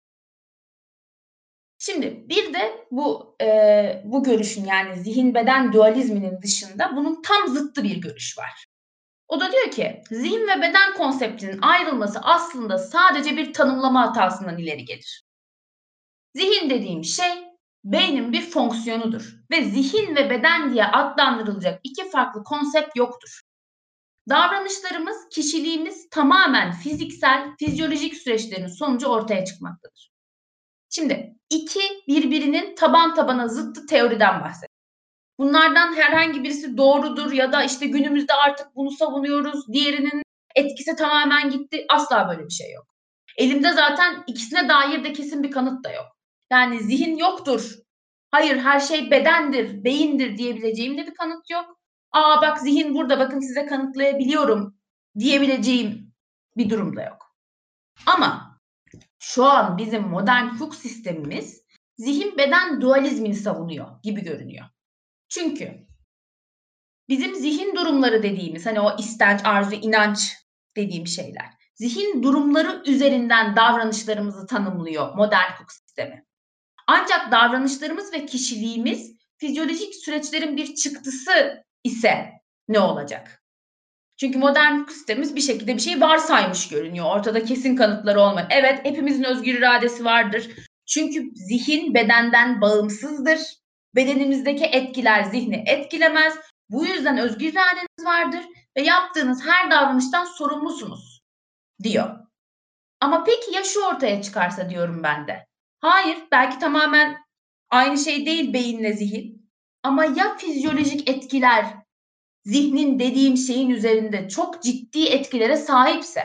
Şimdi bir de bu eee, bu görüşün yani zihin beden dualizminin dışında bunun tam zıttı bir görüş var. O da diyor ki zihin ve beden konseptinin ayrılması aslında sadece bir tanımlama hatasından ileri gelir. Zihin dediğim şey beynin bir fonksiyonudur ve zihin ve beden diye adlandırılacak iki farklı konsept yoktur. Davranışlarımız, kişiliğimiz tamamen fiziksel, fizyolojik süreçlerin sonucu ortaya çıkmaktadır. Şimdi iki birbirinin taban tabana zıttı teoriden bahsedelim. Bunlardan herhangi birisi doğrudur ya da işte günümüzde artık bunu savunuyoruz, diğerinin etkisi tamamen gitti. Asla böyle bir şey yok. Elimde zaten ikisine dair de kesin bir kanıt da yok. Yani zihin yoktur, hayır her şey bedendir, beyindir diyebileceğim de bir kanıt yok. Aa bak zihin burada, bakın size kanıtlayabiliyorum diyebileceğim bir durum da yok. Ama şu an bizim modern hukuk sistemimiz zihin beden dualizmini savunuyor gibi görünüyor. Çünkü bizim zihin durumları dediğimiz hani o istenç, arzu, inanç dediğim şeyler zihin durumları üzerinden davranışlarımızı tanımlıyor modern hukuk sistemi. Ancak davranışlarımız ve kişiliğimiz fizyolojik süreçlerin bir çıktısı ise ne olacak? Çünkü modern hukuk sistemimiz bir şekilde bir şeyi varsaymış görünüyor. Ortada kesin kanıtları olmayan. Evet, hepimizin özgür iradesi vardır. Çünkü zihin bedenden bağımsızdır. Bedenimizdeki etkiler zihni etkilemez. Bu yüzden özgür iradeniz vardır ve yaptığınız her davranıştan sorumlusunuz diyor. Ama peki ya şu ortaya çıkarsa diyorum ben de. Hayır, belki tamamen aynı şey değil beyinle zihin. Ama ya fizyolojik etkiler zihnin dediğim şeyin üzerinde çok ciddi etkilere sahipse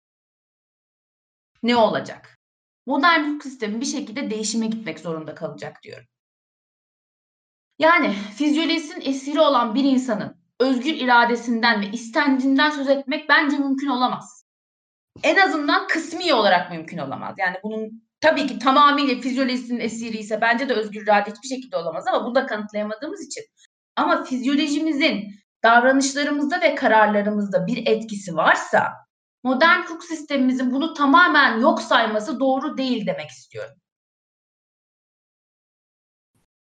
ne olacak? Modern hukuk sistemi bir şekilde değişime gitmek zorunda kalacak diyorum. Yani fizyolojisinin esiri olan bir insanın özgür iradesinden ve istencinden söz etmek bence mümkün olamaz. En azından kısmi olarak mümkün olamaz. Yani bunun tabii ki tamamıyla fizyolojisinin esiri ise bence de özgür irade hiçbir şekilde olamaz ama bunu da kanıtlayamadığımız için. Ama fizyolojimizin davranışlarımızda ve kararlarımızda bir etkisi varsa modern hukuk sistemimizin bunu tamamen yok sayması doğru değil demek istiyorum.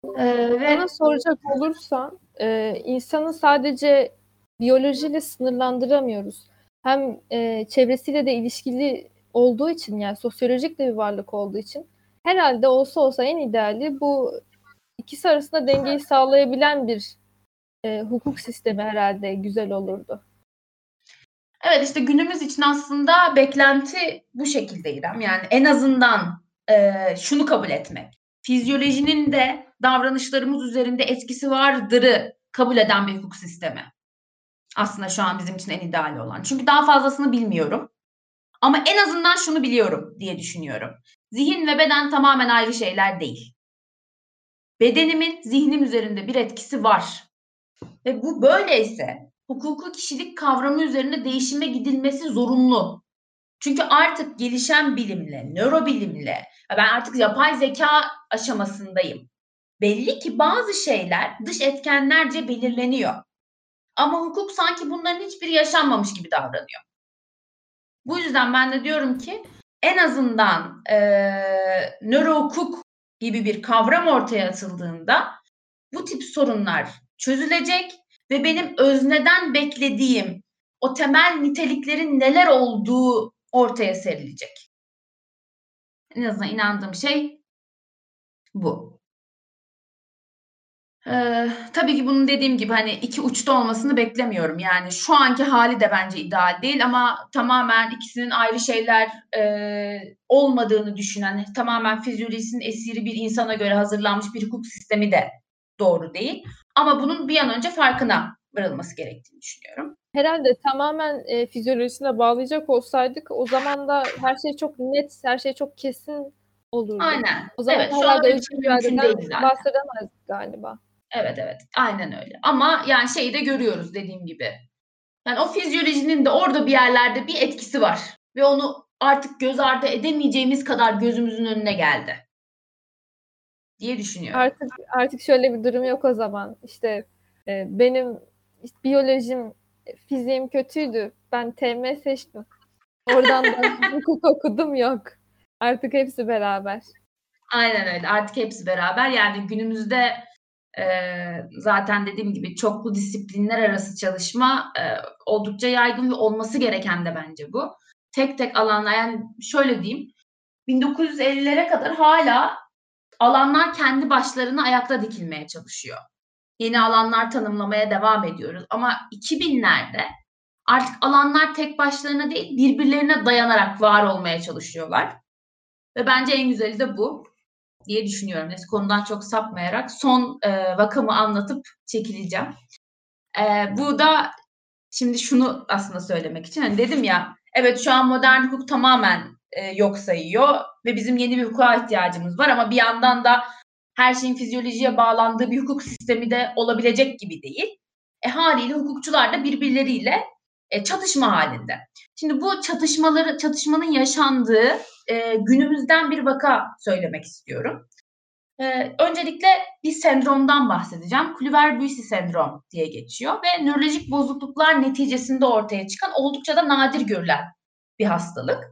Eee, Bana ve soracak olursan, eee, insanı sadece biyolojiyle sınırlandıramıyoruz. Hem, eee, çevresiyle de ilişkili olduğu için, yani sosyolojik de bir varlık olduğu için herhâlde olsa olsa en ideali bu ikisi arasında dengeyi sağlayabilen bir, eee, hukuk sistemi herhâlde güzel olurdu. Evet, işte günümüz için aslında beklenti bu şekilde İrem. Yani en azından, eee, şunu kabul etmek, fizyolojinin de davranışlarımız üzerinde etkisi vardırı kabul eden bir hukuk sistemi. Aslında şu an bizim için en ideal olan. Çünkü daha fazlasını bilmiyorum ama en azından şunu biliyorum diye düşünüyorum. Zihin ve beden tamamen ayrı şeyler değil. Bedenimin zihnim üzerinde bir etkisi var ve bu böyleyse hukuki kişilik kavramı üzerinde değişime gidilmesi zorunlu. Çünkü artık gelişen bilimle, nörobilimle, ben artık yapay zeka aşamasındayım. Belli ki bazı şeyler dış etkenlerce belirleniyor. Ama hukuk sanki bunların hiçbiri yaşanmamış gibi davranıyor. Bu yüzden ben de diyorum ki en azından eee nörohukuk gibi bir kavram ortaya atıldığında bu tip sorunlar çözülecek ve benim özneden beklediğim o temel niteliklerin neler olduğu ortaya serilecek. En azından inandığım şey bu. Eee, tabii ki bunun dediğim gibi, hani, iki uçta olmasını beklemiyorum. Yani şu anki hâli de bence ideal değil ama tamamen ikisinin ayrı şeyler, eee, olmadığını düşünen, tamamen fizyolojisinin esiri bir insana göre hazırlanmış bir hukuk sistemi de doğru değil. Ama bunun bir an önce farkına varılması gerektiğini düşünüyorum. Herhâlde tamamen, eee, fizyolojisine bağlayacak olsaydık o zaman da her şey çok net, her şey çok kesin olurdu. Aynen. O zaman Evet, da şu an herhâlde öyle bir özgür şey mümkün iradeden değil zaten. bahsedemezdik galiba. Evet, evet. Aynen öyle. Ama yani şeyi de görüyoruz dediğim gibi. Yani o fizyolojinin de orada bir yerlerde bir etkisi var ve onu artık göz ardı edemeyeceğimiz kadar gözümüzün önüne geldi diye düşünüyorum. Artık artık şöyle bir durum yok o zaman. İşte, eee, benim iş biyolojim, eee, fiziğim kötüydü. Ben T M seçtim. Oradan da hukuk okudum yok. Artık hepsi beraber. Aynen öyle. Artık hepsi beraber. Yani günümüzde, eee, zaten dediğim gibi çoklu disiplinler arası çalışma, eee, oldukça yaygın ve olması gereken de bence bu. Tek tek alanlar yani şöyle diyeyim, bin dokuz yüz ellilere kadar hâlâ alanlar kendi başlarına ayakta dikilmeye çalışıyor. Yeni alanlar tanımlamaya devam ediyoruz ama iki binlerde artık alanlar tek başlarına değil, birbirlerine dayanarak var olmaya çalışıyorlar ve bence en güzeli de bu diye düşünüyorum. Neyse konudan çok sapmayarak son, eee, vakamı anlatıp çekileceğim. Eee, bu da şimdi şunu aslında söylemek için, hani, dedim ya, evet şu an modern hukuk tamamen, eee, yok sayıyor ve bizim yeni bir hukuka ihtiyacımız var ama bir yandan da her şeyin fizyolojiye bağlandığı bir hukuk sistemi de olabilecek gibi değil. E, hâliyle hukukçular da birbirleriyle, eee, çatışma hâlinde. Şimdi bu çatışmaları çatışmanın yaşandığı, eee, günümüzden bir vaka söylemek istiyorum. Eee, öncelikle bir sendromdan bahsedeceğim. Kluver-Bucy sendrom diye geçiyor ve nörolojik bozukluklar neticesinde ortaya çıkan oldukça da nadir görülen bir hastalık.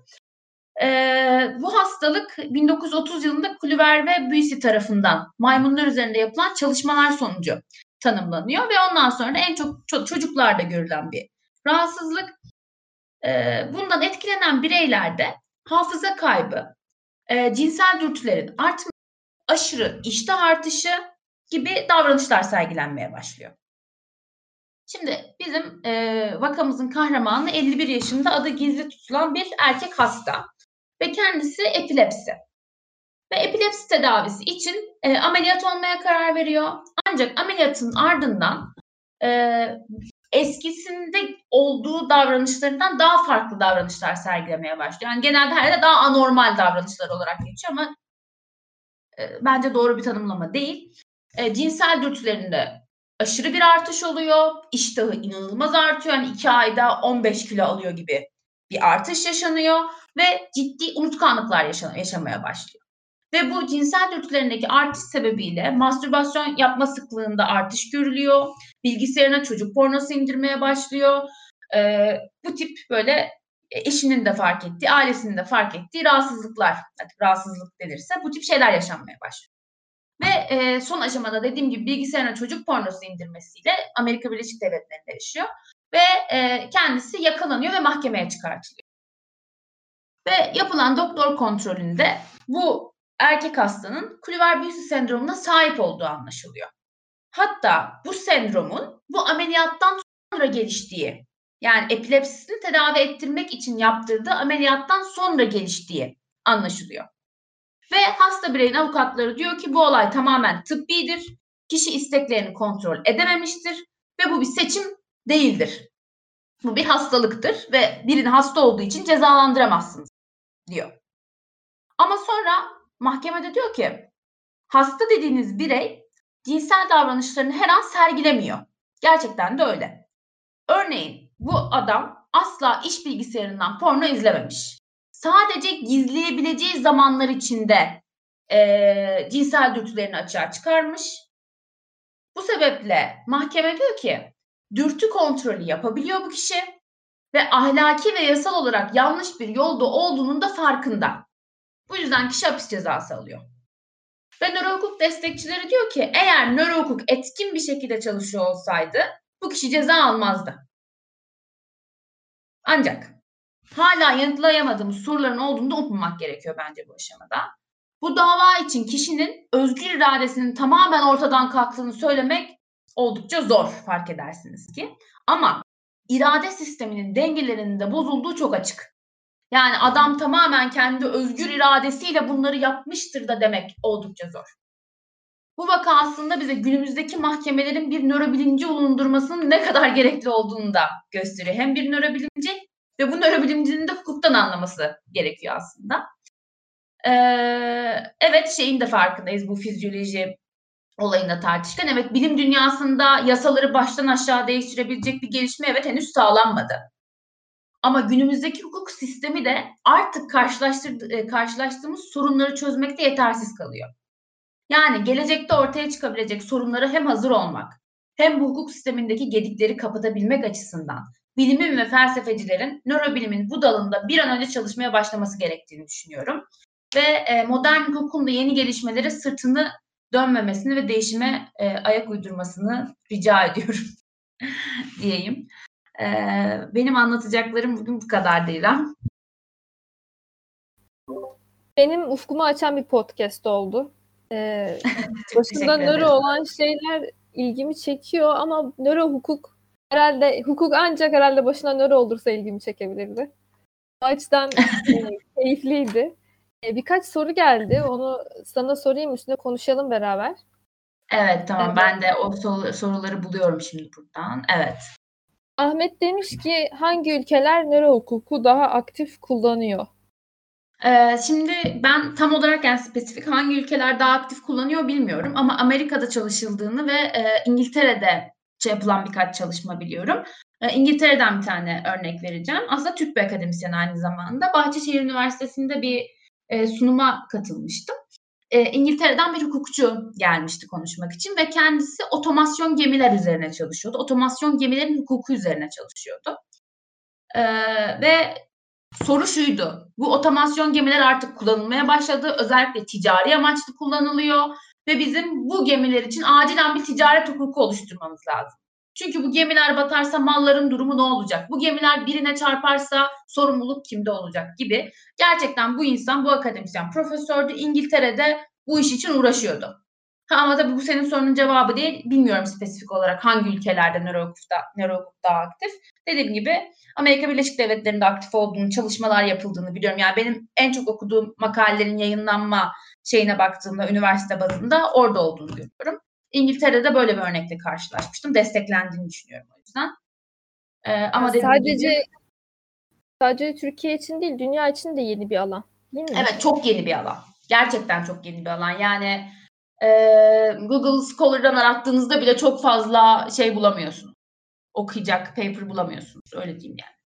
Eee, bu hastalık bin dokuz yüz otuz yılında Kluver ve Bucy tarafından maymunlar üzerinde yapılan çalışmalar sonucu tanımlanıyor ve ondan sonra en çok ço çocuklarda görülen bir rahatsızlık. Eee, bundan etkilenen bireylerde hafıza kaybı, eee, cinsel dürtülerin artması, aşırı iştah artışı gibi davranışlar sergilenmeye başlıyor. Şimdi bizim, eee, vakamızın kahramanı elli bir yaşında, adı gizli tutulan bir erkek hasta ve kendisi epilepsi ve epilepsi tedavisi için, eee, ameliyat olmaya karar veriyor. Ancak ameliyatın ardından, eee, eskisinde olduğu davranışlarından daha farklı davranışlar sergilemeye başlıyor. Yani genelde her yerde daha anormal davranışlar olarak geçiyor ama eee, bence doğru bir tanımlama değil. Eee, cinsel dürtülerinde aşırı bir artış oluyor. İştahı inanılmaz artıyor. Hani iki ayda on beş kilo alıyor gibi bir artış yaşanıyor ve ciddi unutkanlıklar yaşa yaşamaya başlıyor. Ve bu cinsel dürtülerindeki artış sebebiyle mastürbasyon yapma sıklığında artış görülüyor. Bilgisayarına çocuk pornosu indirmeye başlıyor. Eee, bu tip böyle e eşinin de fark ettiği, ailesinin de fark ettiği rahatsızlıklar, artık rahatsızlık denirse bu tip şeyler yaşanmaya başlıyor. Ve e, son aşamada dediğim gibi bilgisayarına çocuk pornosu indirmesiyle Amerika Birleşik Devletleri'nde yaşıyor. Ve e, kendisi yakalanıyor ve mahkemeye çıkartılıyor. Ve yapılan doktor kontrolünde bu erkek hastanın Kluver-Bucy sendromuna sahip olduğu anlaşılıyor. Hatta bu sendromun bu ameliyattan sonra geliştiği, yani epilepsisini tedavi ettirmek için yaptırdığı ameliyattan sonra geliştiği anlaşılıyor. Ve hasta bireyin avukatları diyor ki bu olay tamamen tıbbidir. Kişi isteklerini kontrol edememiştir ve bu bir seçim değildir. Bu bir hastalıktır ve birini hasta olduğu için cezalandıramazsınız diyor. Ama sonra mahkemede diyor ki hasta dediğiniz birey cinsel davranışlarını her an sergilemiyor. Gerçekten de öyle. Örneğin bu adam asla iş bilgisayarından porno izlememiş. Sadece gizleyebileceği zamanlar içinde e, cinsel dürtülerini açığa çıkarmış. Bu sebeple mahkeme diyor ki dürtü kontrolü yapabiliyor bu kişi ve ahlaki ve yasal olarak yanlış bir yolda olduğunun da farkında. Bu yüzden kişi hapis cezası alıyor. Ve nörohukuk destekçileri diyor ki eğer nörohukuk etkin bir şekilde çalışıyor olsaydı bu kişi ceza almazdı. Ancak hala yanıtlayamadığımız soruların olduğunu da unutmamak gerekiyor bence bu aşamada. Bu dava için kişinin özgür iradesinin tamamen ortadan kalktığını söylemek oldukça zor, fark edersiniz ki. Ama irade sisteminin dengelerinin de bozulduğu çok açık. Yani adam tamamen kendi özgür iradesiyle bunları yapmıştır da demek oldukça zor. Bu vaka aslında bize günümüzdeki mahkemelerin bir nörobilimci bulundurmasının ne kadar gerekli olduğunu da gösteriyor. Hem bir nörobilimci ve bu nörobilimcinin de hukuktan anlaması gerekiyor aslında. Ee, evet şeyin de farkındayız bu fizyoloji olayında tartışırken. Evet bilim dünyasında yasaları baştan aşağı değiştirebilecek bir gelişme evet henüz sağlanmadı. Ama günümüzdeki hukuk sistemi de artık karşılaştığımız sorunları çözmekte yetersiz kalıyor. Yani gelecekte ortaya çıkabilecek sorunlara hem hazır olmak hem bu hukuk sistemindeki gedikleri kapatabilmek açısından bilimin ve felsefecilerin nörobilimin bu dalında bir an önce çalışmaya başlaması gerektiğini düşünüyorum. Ve modern hukukun da yeni gelişmelere sırtını dönmemesini ve değişime ayak uydurmasını rica ediyorum diyeyim. Benim anlatacaklarım bugün bu kadar İrem. Benim ufkumu açan bir podcast oldu. Ee, başında nöro olan şeyler ilgimi çekiyor ama nöro hukuk herhalde hukuk ancak herhalde başına nöro olursa ilgimi çekebilirdi. O açıdan e, keyifliydi. E, birkaç soru geldi. Onu sana sorayım, üstüne konuşalım beraber. Evet tamam. Evet. Ben de o soruları buluyorum şimdi buradan. Evet. Ahmet demiş ki hangi ülkeler nöro hukuku daha aktif kullanıyor? Ee, şimdi ben tam olarak yani spesifik hangi ülkeler daha aktif kullanıyor bilmiyorum ama Amerika'da çalışıldığını ve e, İngiltere'de yapılan birkaç çalışma biliyorum. E, İngiltere'den bir tane örnek vereceğim. Aslında Türk bir akademisyen aynı zamanda. Bahçeşehir Üniversitesi'nde bir e, sunuma katılmıştım. E, İngiltere'den bir hukukçu gelmişti konuşmak için ve kendisi otomasyon gemiler üzerine çalışıyordu. Otomasyon gemilerin hukuku üzerine çalışıyordu. E, ve soru şuydu. Bu otomasyon gemiler artık kullanılmaya başladı. Özellikle ticari amaçlı kullanılıyor ve bizim bu gemiler için acilen bir ticaret hukuku oluşturmamız lazım. Çünkü bu gemiler batarsa malların durumu ne olacak? Bu gemiler birine çarparsa sorumluluk kimde olacak gibi. Gerçekten bu insan, bu akademisyen profesördü. İngiltere'de bu iş için uğraşıyordu. Ha, ama tabii bu senin sorunun cevabı değil. Bilmiyorum spesifik olarak hangi ülkelerde nörohukukta, nörohukuk daha aktif. Dediğim gibi Amerika Birleşik Devletleri'nde aktif olduğunu, çalışmalar yapıldığını biliyorum. Yani benim en çok okuduğum makalelerin yayınlanma şeyine baktığımda üniversite bazında orada olduğunu görüyorum. İngiltere'de böyle bir örnekle karşılaşmıştım. Desteklendiğini düşünüyorum o yüzden. Ee, ama yani sadece gibi, sadece Türkiye için değil, dünya için de yeni bir alan, değil mi? Evet, çok yeni bir alan. Gerçekten çok yeni bir alan. Yani e, Google Scholar'dan arattığınızda bile çok fazla şey bulamıyorsunuz. Okuyacak paper bulamıyorsunuz. Öyle diyeyim yani.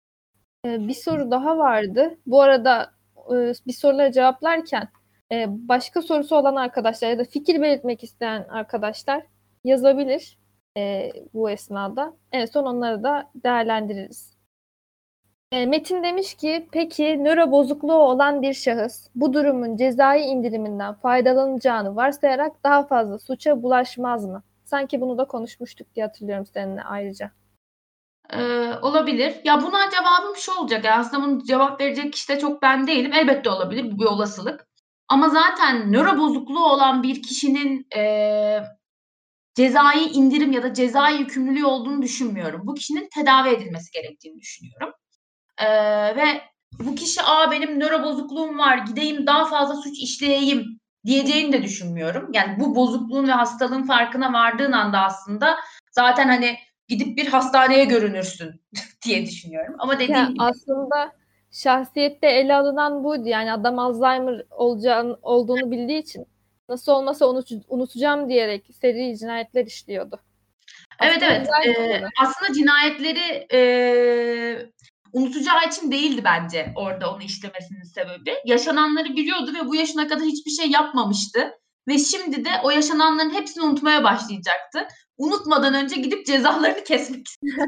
Ee, bir soru daha vardı. Bu arada e, bir soruları cevaplarken e, başka sorusu olan arkadaşlar ya da fikir belirtmek isteyen arkadaşlar yazabilir e, bu esnada. En son onları da değerlendiririz. E, Metin demiş ki, peki nöro bozukluğu olan bir şahıs bu durumun cezai indiriminden faydalanacağını varsayarak daha fazla suça bulaşmaz mı? Sanki bunu da konuşmuştuk diye hatırlıyorum seninle ayrıca. Eee, olabilir. Ya buna cevabım şu olacak. Ya aslında bunu cevap verecek kişi de çok ben değilim. Elbette olabilir. Bu bir olasılık. Ama zaten nöro bozukluğu olan bir kişinin eee, cezai indirim ya da cezai yükümlülüğü olduğunu düşünmüyorum. Bu kişinin tedavi edilmesi gerektiğini düşünüyorum. Eee, ve bu kişi aa benim nöro bozukluğum var, gideyim daha fazla suç işleyeyim diyeceğini de düşünmüyorum. Yani bu bozukluğun ve hastalığın farkına vardığın anda aslında zaten hani gidip bir hastaneye görünürsün diye düşünüyorum. Ama dediğim Ya gibi aslında şahsiyette ele alınan buydu. Yani adam Alzheimer olacağını, olduğunu bildiği için nasıl olmasa unut- unutacağım diyerek seri cinayetler işliyordu. evet Aslında evet güzel bir Eee, soru. aslında cinayetleri eee, unutacağı için değildi bence orada onu işlemesinin sebebi. Yaşananları biliyordu ve bu yaşına kadar hiçbir şey yapmamıştı. Ve şimdi de o yaşananların hepsini unutmaya başlayacaktı. Unutmadan önce gidip cezalarını kesmek istedi.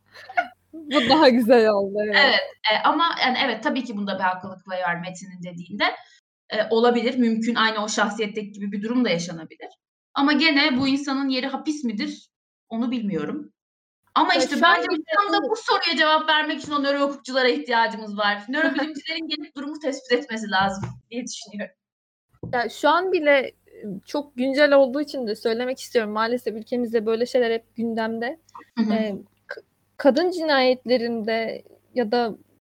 Bu daha güzel oldu, evet. Evet, eee, ama yani evet tabii ki bunda bir haklılık payı var Metin'in dediğinde. Eee, olabilir, mümkün. Aynı o şahsiyetteki gibi bir durum da yaşanabilir. Ama gene bu insanın yeri hapis midir? Onu bilmiyorum. Ama Ya işte şu an bence bile tam da bu soruya cevap vermek için o nöro hukukçulara ihtiyacımız var. Nörobilimcilerin gelip durumu tespit etmesi lazım diye düşünüyorum. ya şu an bile çok güncel olduğu için de söylemek istiyorum. Maalesef ülkemizde böyle şeyler hep gündemde. Hı hı. Ee, k- kadın cinayetlerinde ya da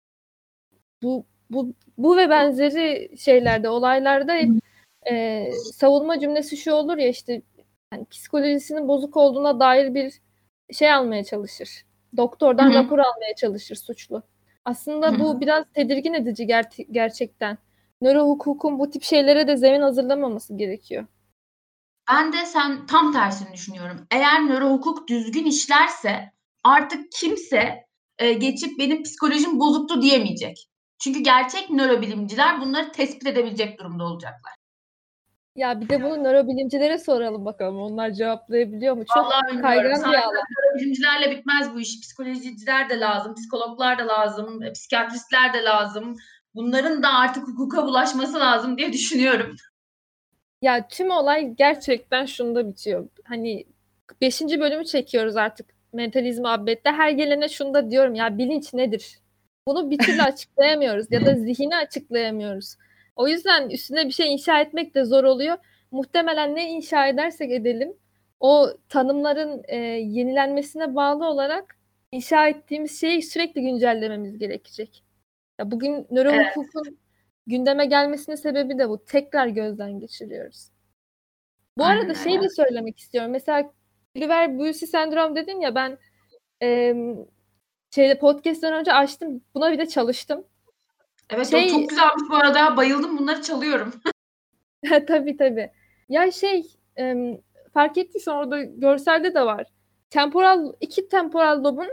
bu bu bu ve benzeri şeylerde, olaylarda hep e, savunma cümlesi şu olur ya, işte yani psikolojisinin bozuk olduğuna dair bir şey almaya çalışır. Hı Doktordan hı. rapor almaya çalışır suçlu. Hı Aslında bu hı. biraz tedirgin edici ger- gerçekten. Nöro hukukun bu tip şeylere de zemin hazırlamaması gerekiyor. Ben de sen tam tersini düşünüyorum. Eğer nöro hukuk düzgün işlerse artık kimse eee, geçip benim psikolojim bozuktu diyemeyecek. Çünkü gerçek nörobilimciler bunları tespit edebilecek durumda olacaklar. Ya bir de bunu nörobilimcilere soralım bakalım. Onlar cevaplayabiliyor mu? Çok Vallahi bilmiyorum. kaygan bir Sadece alan. nörobilimcilerle bitmez bu iş. Psikolojiciler de lazım, psikologlar da lazım, e, psikiyatristler de lazım. Bunların da artık hukuka bulaşması lazım diye düşünüyorum. Ya tüm olay gerçekten şunda bitiyor. Hani beşinci bölümü çekiyoruz artık Mentalizm Muhabbet'te. Her gelene şunu da diyorum, ya bilinç nedir? Bunu bir türlü açıklayamıyoruz ya da zihni açıklayamıyoruz. O yüzden üstüne bir şey inşa etmek de zor oluyor. Muhtemelen ne inşa edersek edelim o tanımların e, yenilenmesine bağlı olarak inşa ettiğimiz şeyi sürekli güncellememiz gerekecek. Ya bugün nöro Evet, hukukun gündeme gelmesinin sebebi de bu. Tekrar gözden geçiriyoruz. Bu arada aynen şey öyle. de söylemek istiyorum. Mesela Kluver-Bucy sendrom dedin ya, ben e, şeyde podcast'ten önce açtım. Buna bir de çalıştım. Evet, o Şey çok güzelmiş bu arada. Bayıldım. Bunları çalıyorum. tabii tabii. Ya şey e, fark ettiysen orada görselde de var. Temporal iki temporal lobun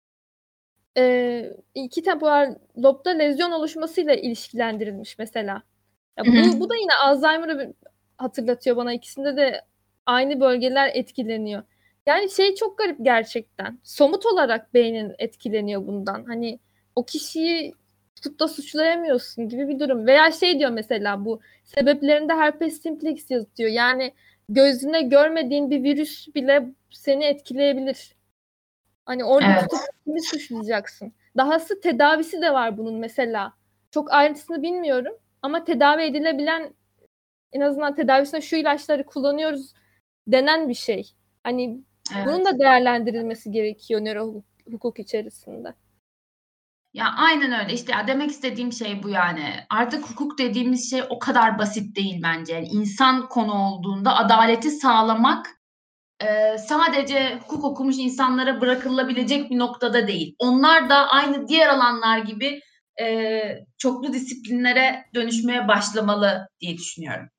e, iki temporal lobda lezyon oluşmasıyla ilişkilendirilmiş mesela. Hı Ya hı. bu bu da yine Alzheimer'ı bir- hatırlatıyor bana. İkisinde de aynı bölgeler etkileniyor. Yani şey çok garip gerçekten. Somut olarak beynin etkileniyor bundan. Hani o kişiyi tutup da suçlayamıyorsun gibi bir durum. Veya şey diyor mesela, bu sebeplerinde herpes simplex yazıyor. Yani gözüne görmediğin bir virüs bile seni etkileyebilir. Hani orada Evet. tutup kimi suçlayacaksın? Dahası tedavisi de var bunun mesela. Çok ayrıntısını bilmiyorum ama tedavi edilebilen, en azından tedavisinde şu ilaçları kullanıyoruz denen bir şey. Hani bunun Evet. da değerlendirilmesi gerekiyor nöro hukuk içerisinde. Ya aynen öyle. İşte ya demek istediğim şey bu yani. Artık hukuk dediğimiz şey o kadar basit değil bence. Yani insan konu olduğunda adaleti sağlamak Eee, sadece hukuk okumuş insanlara bırakılabilecek bir noktada değil. Onlar da aynı diğer alanlar gibi eee, çoklu disiplinlere dönüşmeye başlamalı diye düşünüyorum.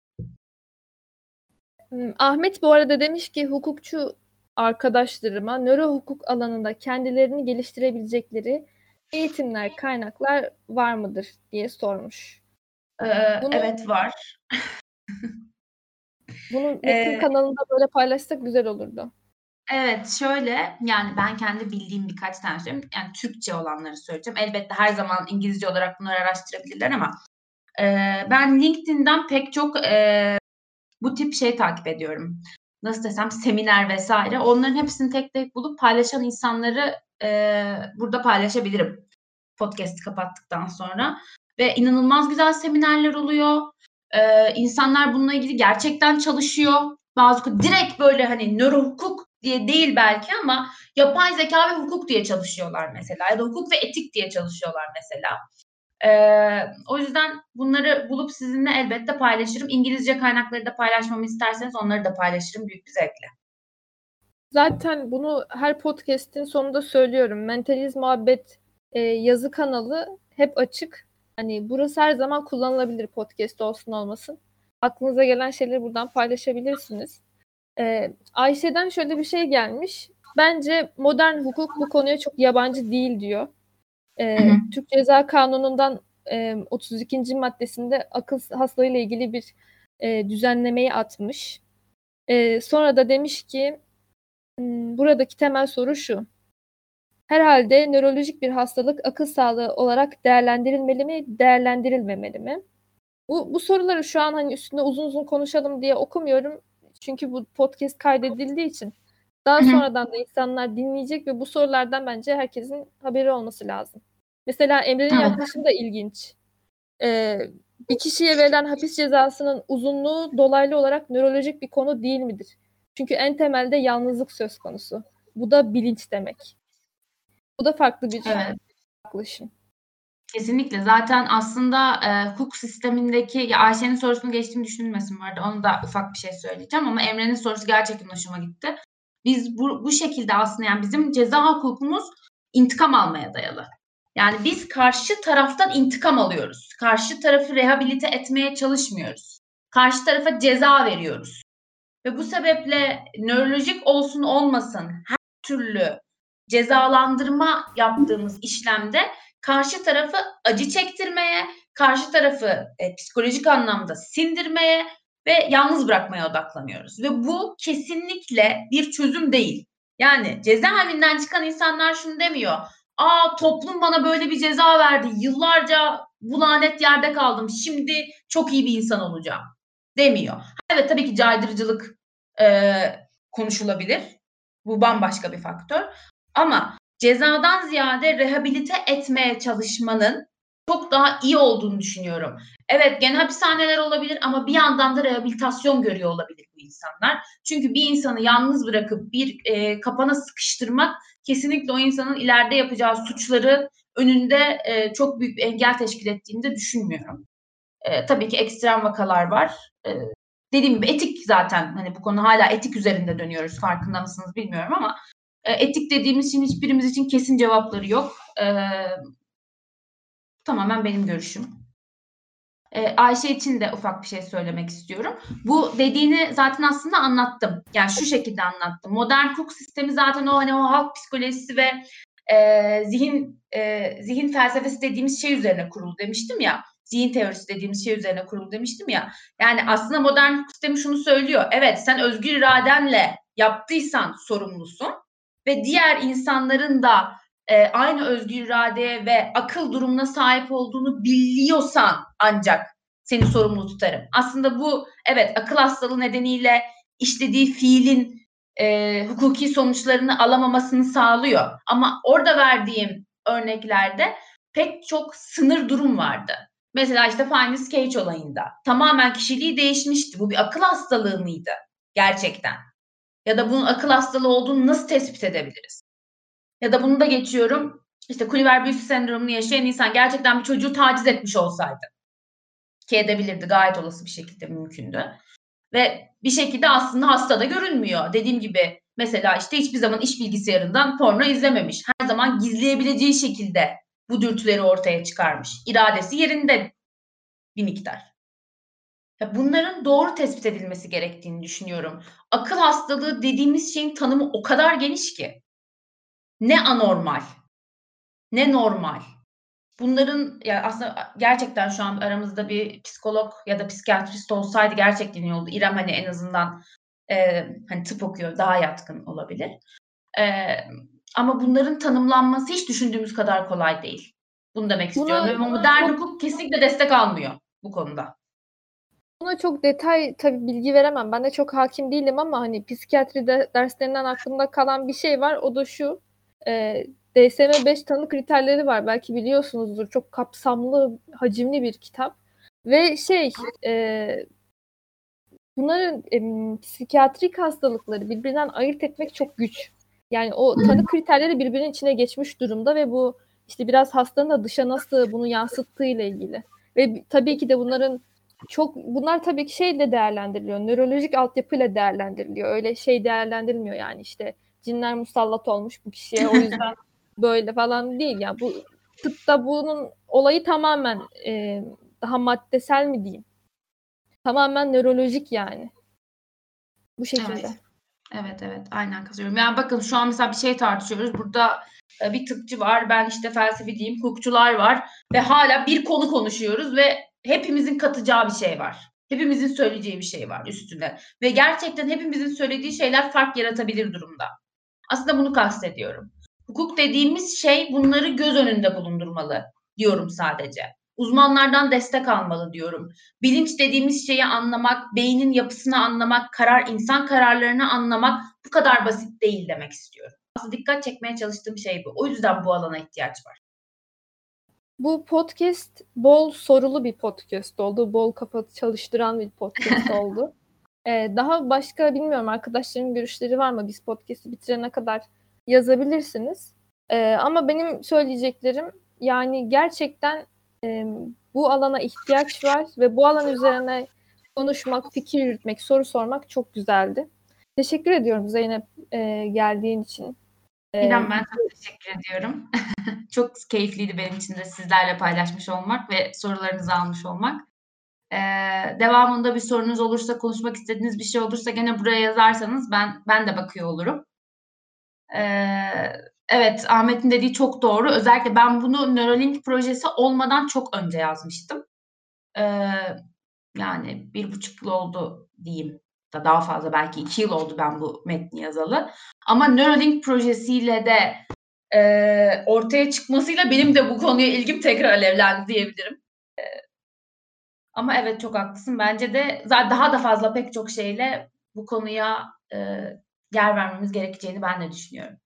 Hmm, Ahmet bu arada demiş ki, hukukçu arkadaşlarıma nöro hukuk alanında kendilerini geliştirebilecekleri eğitimler, kaynaklar var mıdır diye sormuş. Eee, Bunu evet var. bunu Metin Eee, kanalında böyle paylaşsak güzel olurdu. Evet, şöyle, yani, ben kendi bildiğim birkaç tane söyleyeyim. Yani, Türkçe olanları söyleyeceğim. Elbette her zaman İngilizce olarak bunları araştırabilirler ama, eee, ben LinkedIn'den pek çok, eee, bu tip şey takip ediyorum. Nasıl desem, seminer vesaire. Onların hepsini tek tek bulup paylaşan insanları, eee, burada paylaşabilirim podcast'i kapattıktan sonra ve inanılmaz güzel seminerler oluyor. Eee, insanlar bununla ilgili gerçekten çalışıyor. Bazı direkt böyle, hani, nörohukuk diye değil belki ama yapay zekâ ve hukuk diye çalışıyorlar mesela ya da hukuk ve etik diye çalışıyorlar mesela. Eee, o yüzden bunları bulup sizinle elbette paylaşırım. İngilizce kaynakları da paylaşmamı isterseniz onları da paylaşırım büyük bir zevkle. Zaten bunu her podcast'in sonunda söylüyorum. Mentaliz Muhabbet e, yazı kanalı hep açık. Hani burası her zaman kullanılabilir, podcast olsun olmasın. Aklınıza gelen şeyleri buradan paylaşabilirsiniz. Ee, Ayşe'den şöyle bir şey gelmiş. Bence modern hukuk bu konuya çok yabancı değil diyor. Hı hı. Ee, Türk Ceza Kanunu'ndan e, otuz ikinci maddesinde akıl hastalığı ile ilgili bir e, düzenlemeyi atmış. E, sonra da demiş ki "Hmm, buradaki temel soru şu. Herhalde nörolojik bir hastalık akıl sağlığı olarak değerlendirilmeli mi, değerlendirilmemeli mi? Bu, bu soruları şu an hani üstünde uzun uzun konuşalım diye okumuyorum. Çünkü bu podcast kaydedildiği için daha Hı hı. sonradan da insanlar dinleyecek ve bu sorulardan bence herkesin haberi olması lazım. Mesela Emre'nin Evet. yaklaşımı da ilginç. Ee, Bir kişiye verilen hapis cezasının uzunluğu dolaylı olarak nörolojik bir konu değil midir? Çünkü en temelde yalnızlık söz konusu. Bu da bilinç demek. Bu da farklı bir Evet. yaklaşım. Kesinlikle. Zaten aslında, eee, hukuk sistemindeki ya, Ayşe'nin sorusunu geçtiğimi düşünülmesin bu arada. Onu da ufak bir şey söyleyeceğim ama Emre'nin sorusu gerçekten hoşuma gitti. Biz bu bu şekilde aslında, yani, bizim ceza hukukumuz intikam almaya dayalı. Yani, biz karşı taraftan intikam alıyoruz. Karşı tarafı rehabilite etmeye çalışmıyoruz. Karşı tarafa ceza veriyoruz ve bu sebeple nörolojik olsun olmasın her türlü cezalandırma yaptığımız işlemde karşı tarafı acı çektirmeye, karşı tarafı, eee, psikolojik anlamda sindirmeye ve yalnız bırakmaya odaklanıyoruz ve bu kesinlikle bir çözüm değil. Yani cezaevinden çıkan insanlar şunu demiyor: "A, toplum bana böyle bir ceza verdi. Yıllarca bu lanet yerde kaldım. Şimdi çok iyi bir insan olacağım." demiyor. Evet, tabii ki caydırıcılık, eee, konuşulabilir. Bu bambaşka bir faktör ama cezadan ziyade rehabilite etmeye çalışmanın çok daha iyi olduğunu düşünüyorum. Evet, gene hapishaneler olabilir ama bir yandan da rehabilitasyon görüyor olabilir bu insanlar. Çünkü bir insanı yalnız bırakıp bir, eee, kapana sıkıştırmak kesinlikle o insanın ileride yapacağı suçları önünde, eee, çok büyük bir engel teşkil ettiğini de düşünmüyorum. Eee, tabii ki ekstrem vakalar var. Eee, dediğim gibi etik zaten, hani, bu konu hâlâ etik üzerinde dönüyoruz, farkında mısınız bilmiyorum ama, eee, etik dediğimiz şeyin hiçbirimiz için kesin cevapları yok. Eee, tamamen benim görüşüm. Eee, Ayşe için de ufak bir şey söylemek istiyorum. Bu dediğini zaten aslında anlattım. Yani şu şekilde anlattım. Modern hukuk sistemi zaten o, hani, o halk psikolojisi ve, eee, zihin, eee, zihin felsefesi dediğimiz şey üzerine kurulu demiştim ya. Zihin teorisi dediğimiz şey üzerine kurulu demiştim ya. Yani aslında modern hukuk sistemi şunu söylüyor. Evet, sen özgür iradenle yaptıysan sorumlusun ve diğer insanların da, eee, aynı özgür iradeye ve akıl durumuna sahip olduğunu biliyorsan ancak seni sorumlu tutarım. Aslında bu evet, akıl hastalığı nedeniyle işlediği fiilin, eee, hukuki sonuçlarını alamamasını sağlıyor ama orada verdiğim örneklerde pek çok sınır durum vardı. Mesela, işte, Finance Cage olayında tamamen kişiliği değişmişti. Bu bir akıl hastalığı mıydı gerçekten? Ya da bunun akıl hastalığı olduğunu nasıl tespit edebiliriz? Ya da bunu da geçiyorum, işte, Kluver-Bucy sendromunu yaşayan insan gerçekten bir çocuğu taciz etmiş olsaydı ki edebilirdi, gayet olası bir şekilde mümkündü ve bir şekilde aslında hastada görünmüyor. Dediğim gibi mesela, işte, hiçbir zaman iş bilgisayarından porno izlememiş. Her zaman gizleyebileceği şekilde bu dürtüleri ortaya çıkarmış. İradesi yerinde bir miktar. Ya, bunların doğru tespit edilmesi gerektiğini düşünüyorum. Akıl hastalığı dediğimiz şeyin tanımı o kadar geniş ki. Ne anormal, ne normal. Bunların ya, aslında gerçekten şu an aramızda bir psikolog ya da psikiyatrist olsaydı gerçekten iyi olurdu. İrem, hani, en azından Eee, hani tıp okuyor, daha yatkın olabilir. Eee, ama bunların tanımlanması hiç düşündüğümüz kadar kolay değil. Bunu demek istiyorum Buna ve modern çok hukuk kesinlikle destek almıyor bu konuda. Buna çok detay tabii bilgi veremem. Ben de çok hâkim değilim ama, hani, psikiyatri de derslerinden aklımda kalan bir şey var. O da şu: Eee, D S M beş tanı kriterleri var. Belki biliyorsunuzdur. Çok kapsamlı, hacimli bir kitap ve şey, eee, bunların, emm, psikiyatrik hastalıkları birbirinden ayırt etmek çok güç. Yani o tanı kriterleri birbirinin içine geçmiş durumda ve bu, işte, biraz hastanın da dışa nasıl bunu yansıttığıyla ilgili ve b tabii ki de bunların çok bunlar tabii ki şeyle değerlendiriliyor, nörolojik altyapıyla değerlendiriliyor. Öyle şey değerlendirilmiyor yani, işte, cinler musallat olmuş bu kişiye, o yüzden böyle falan değil. Ya, bu tıpta bunun olayı tamamen, eee, daha maddesel mi diyeyim? Tamamen nörolojik yani. Bu şekilde. Evet. Evet, evet. Aynen katılıyorum. Yani bakın şu an mesela bir şey tartışıyoruz. Burada, eee, bir tıpçı var, ben işte felsefeciyim, hukukçular var ve hâlâ bir konu konuşuyoruz ve hepimizin katacağı bir şey var. Hepimizin söyleyeceği bir şey var üstüne ve gerçekten hepimizin söylediği şeyler fark yaratabilir durumda. Aslında bunu kastediyorum. Hukuk dediğimiz şey bunları göz önünde bulundurmalı diyorum sadece. Uzmanlardan destek almalı diyorum. Bilinç dediğimiz şeyi anlamak, beynin yapısını anlamak, karar insan kararlarını anlamak bu kadar basit değil demek istiyorum. Aslında dikkat çekmeye çalıştığım şey bu. O yüzden bu alana ihtiyaç var. Bu podcast bol sorulu bir podcast oldu. Bol kafa çalıştıran bir podcast oldu. Eee, daha başka bilmiyorum arkadaşlarımın görüşleri var mı? Biz podcast'i bitirene kadar yazabilirsiniz. Eee, ama benim söyleyeceklerim, yani gerçekten, emm, bu alana ihtiyaç var ve bu alan üzerine konuşmak, fikir yürütmek, soru sormak çok güzeldi. Teşekkür ediyorum Zeynep, eee, geldiğin için. Eee İrem, ben çok teşekkür ediyorum. Çok keyifliydi benim için de sizlerle paylaşmış olmak ve sorularınızı almış olmak. Eee, devamında bir sorunuz olursa, konuşmak istediğiniz bir şey olursa gene buraya yazarsanız ben ben de bakıyor olurum. Eee, evet, Ahmet'in dediği çok doğru. Özellikle ben bunu Neuralink projesi olmadan çok önce yazmıştım. Eee, yani bir buçuk yıl oldu diyeyim da daha fazla belki iki yıl oldu ben bu metni yazalı. Ama Neuralink projesiyle de, eee, ortaya çıkmasıyla benim de bu konuya ilgim tekrar alevlendi diyebilirim. Eee, ama evet, çok haklısın. Bence de za daha da fazla pek çok şeyle bu konuya, eee, yer vermemiz gerekeceğini ben de düşünüyorum.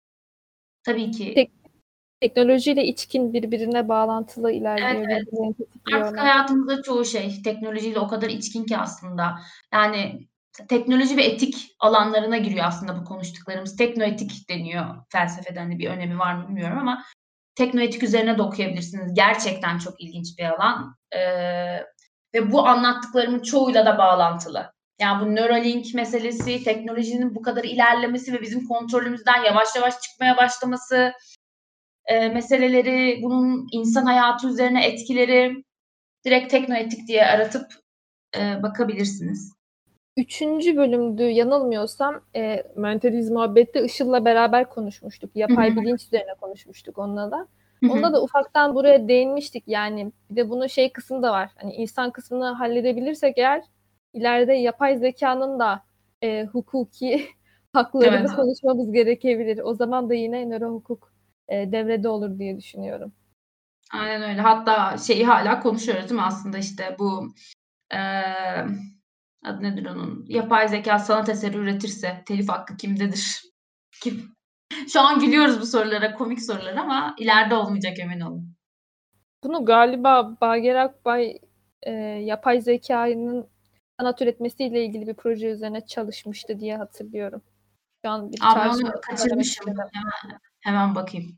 Tabii ki. Tek teknolojiyle içkin birbirine bağlantılı Evet, ilerliyor, evet. birbirlerini Artık tetikliyorlar. hayatımızda çoğu şey teknolojiyle o kadar içkin ki aslında. Yani te teknoloji ve etik alanlarına giriyor aslında bu konuştuklarımız. Teknoetik deniyor felsefede, hani bir önemi var mı bilmiyorum ama teknoetik üzerine de okuyabilirsiniz. Gerçekten çok ilginç bir alan, eee, ve bu anlattıklarımın çoğuyla da bağlantılı. Yani bu Neuralink meselesi, teknolojinin bu kadar ilerlemesi ve bizim kontrolümüzden yavaş yavaş çıkmaya başlaması, eee, meseleleri, bunun insan hayatı üzerine etkileri, direkt teknoetik diye aratıp, eee, bakabilirsiniz. üçüncü bölümdü yanılmıyorsam, eee, Mentaliz Muhabbet'te Işıl'la beraber konuşmuştuk. Hı hı. Yapay bilinç üzerine konuşmuştuk onunla da. Hı hı. Onda da ufaktan buraya değinmiştik yani. Bir de bunun şey kısmı da var. Hani insan kısmını halledebilirsek eğer ileride yapay zekânın da, eee, hukuki Evet. haklarını konuşmamız gerekebilir. O zaman da yine nöro hukuk, eee, devrede olur diye düşünüyorum. Aynen öyle. Hatta şeyi hâlâ konuşuyoruz değil mi aslında işte bu, eee, adı nedir onun? Yapay zekâ sanat eseri üretirse telif hakkı kimdedir? Kim? Şu an gülüyoruz bu sorulara, komik sorular ama ileride olmayacak emin olun. Bunu galiba Bager Akbay, eee, yapay zekânın sanat üretmesiyle ilgili bir proje üzerine çalışmıştı diye hatırlıyorum. Şu an bir A, ben onu çağrışım söylemek kaçırmışım. istedim. Hemen hemen bakayım.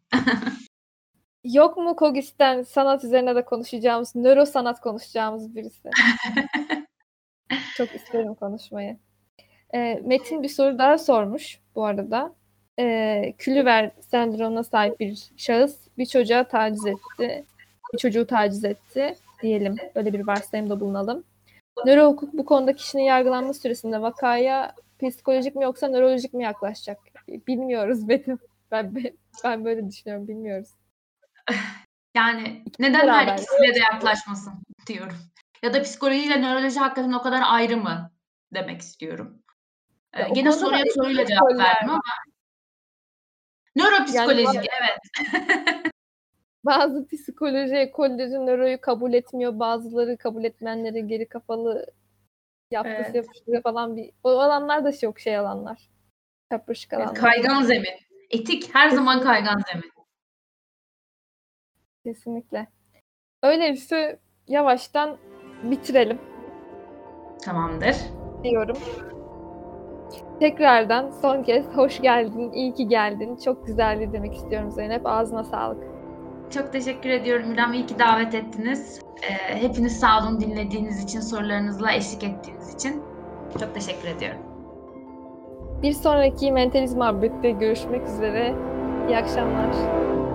Yok mu Kogist'ten sanat üzerine de konuşacağımız, nöro sanat konuşacağımız birisi? Çok isterim konuşmayı. Eee, Metin bir soru daha sormuş bu arada. Eee, Külliver sendromuna sahip bir şahıs bir çocuğa taciz etti. Bir çocuğu taciz etti diyelim. Öyle bir varsayımda bulunalım. Nöro hukuk bu konuda kişinin yargılanma süresinde vakaya psikolojik mi yoksa nörolojik mi yaklaşacak? Bilmiyoruz Metin. Ben ben böyle düşünüyorum, bilmiyoruz. Yani İkisi neden her beraber. ikisiyle de yaklaşmasın diyorum. Ya da psikolojiyle nöroloji hakikaten o kadar ayrı mı demek istiyorum. Eee, Ya, o gene konuda da soruya etik soruyla cevap ekoller verdim ama var. Yani Nöropsikolojik, ba evet. bazı psikoloji ekolleri nöroyu kabul etmiyor, bazıları kabul etmeyenleri geri kafalı yaptısı Evet. yapıştırıyor falan bir o alanlar da çok şey alanlar, çapraşık Evet, alanlar. kaygan zemin. Etik her zaman Kesinlikle. kaygan zemin. Kesinlikle. Öyleyse yavaştan bitirelim Tamamdır. diyorum. Tekrardan son kez hoş geldin, iyi ki geldin. Çok güzeldi demek istiyorum Zeynep. Ağzına sağlık. Çok teşekkür ediyorum İrem. İyi ki davet ettiniz. Eee, hepiniz sağ olun dinlediğiniz için, sorularınızla eşlik ettiğiniz için. Çok teşekkür ediyorum. Bir sonraki Mentaliz Muhabbet'te görüşmek üzere. İyi akşamlar.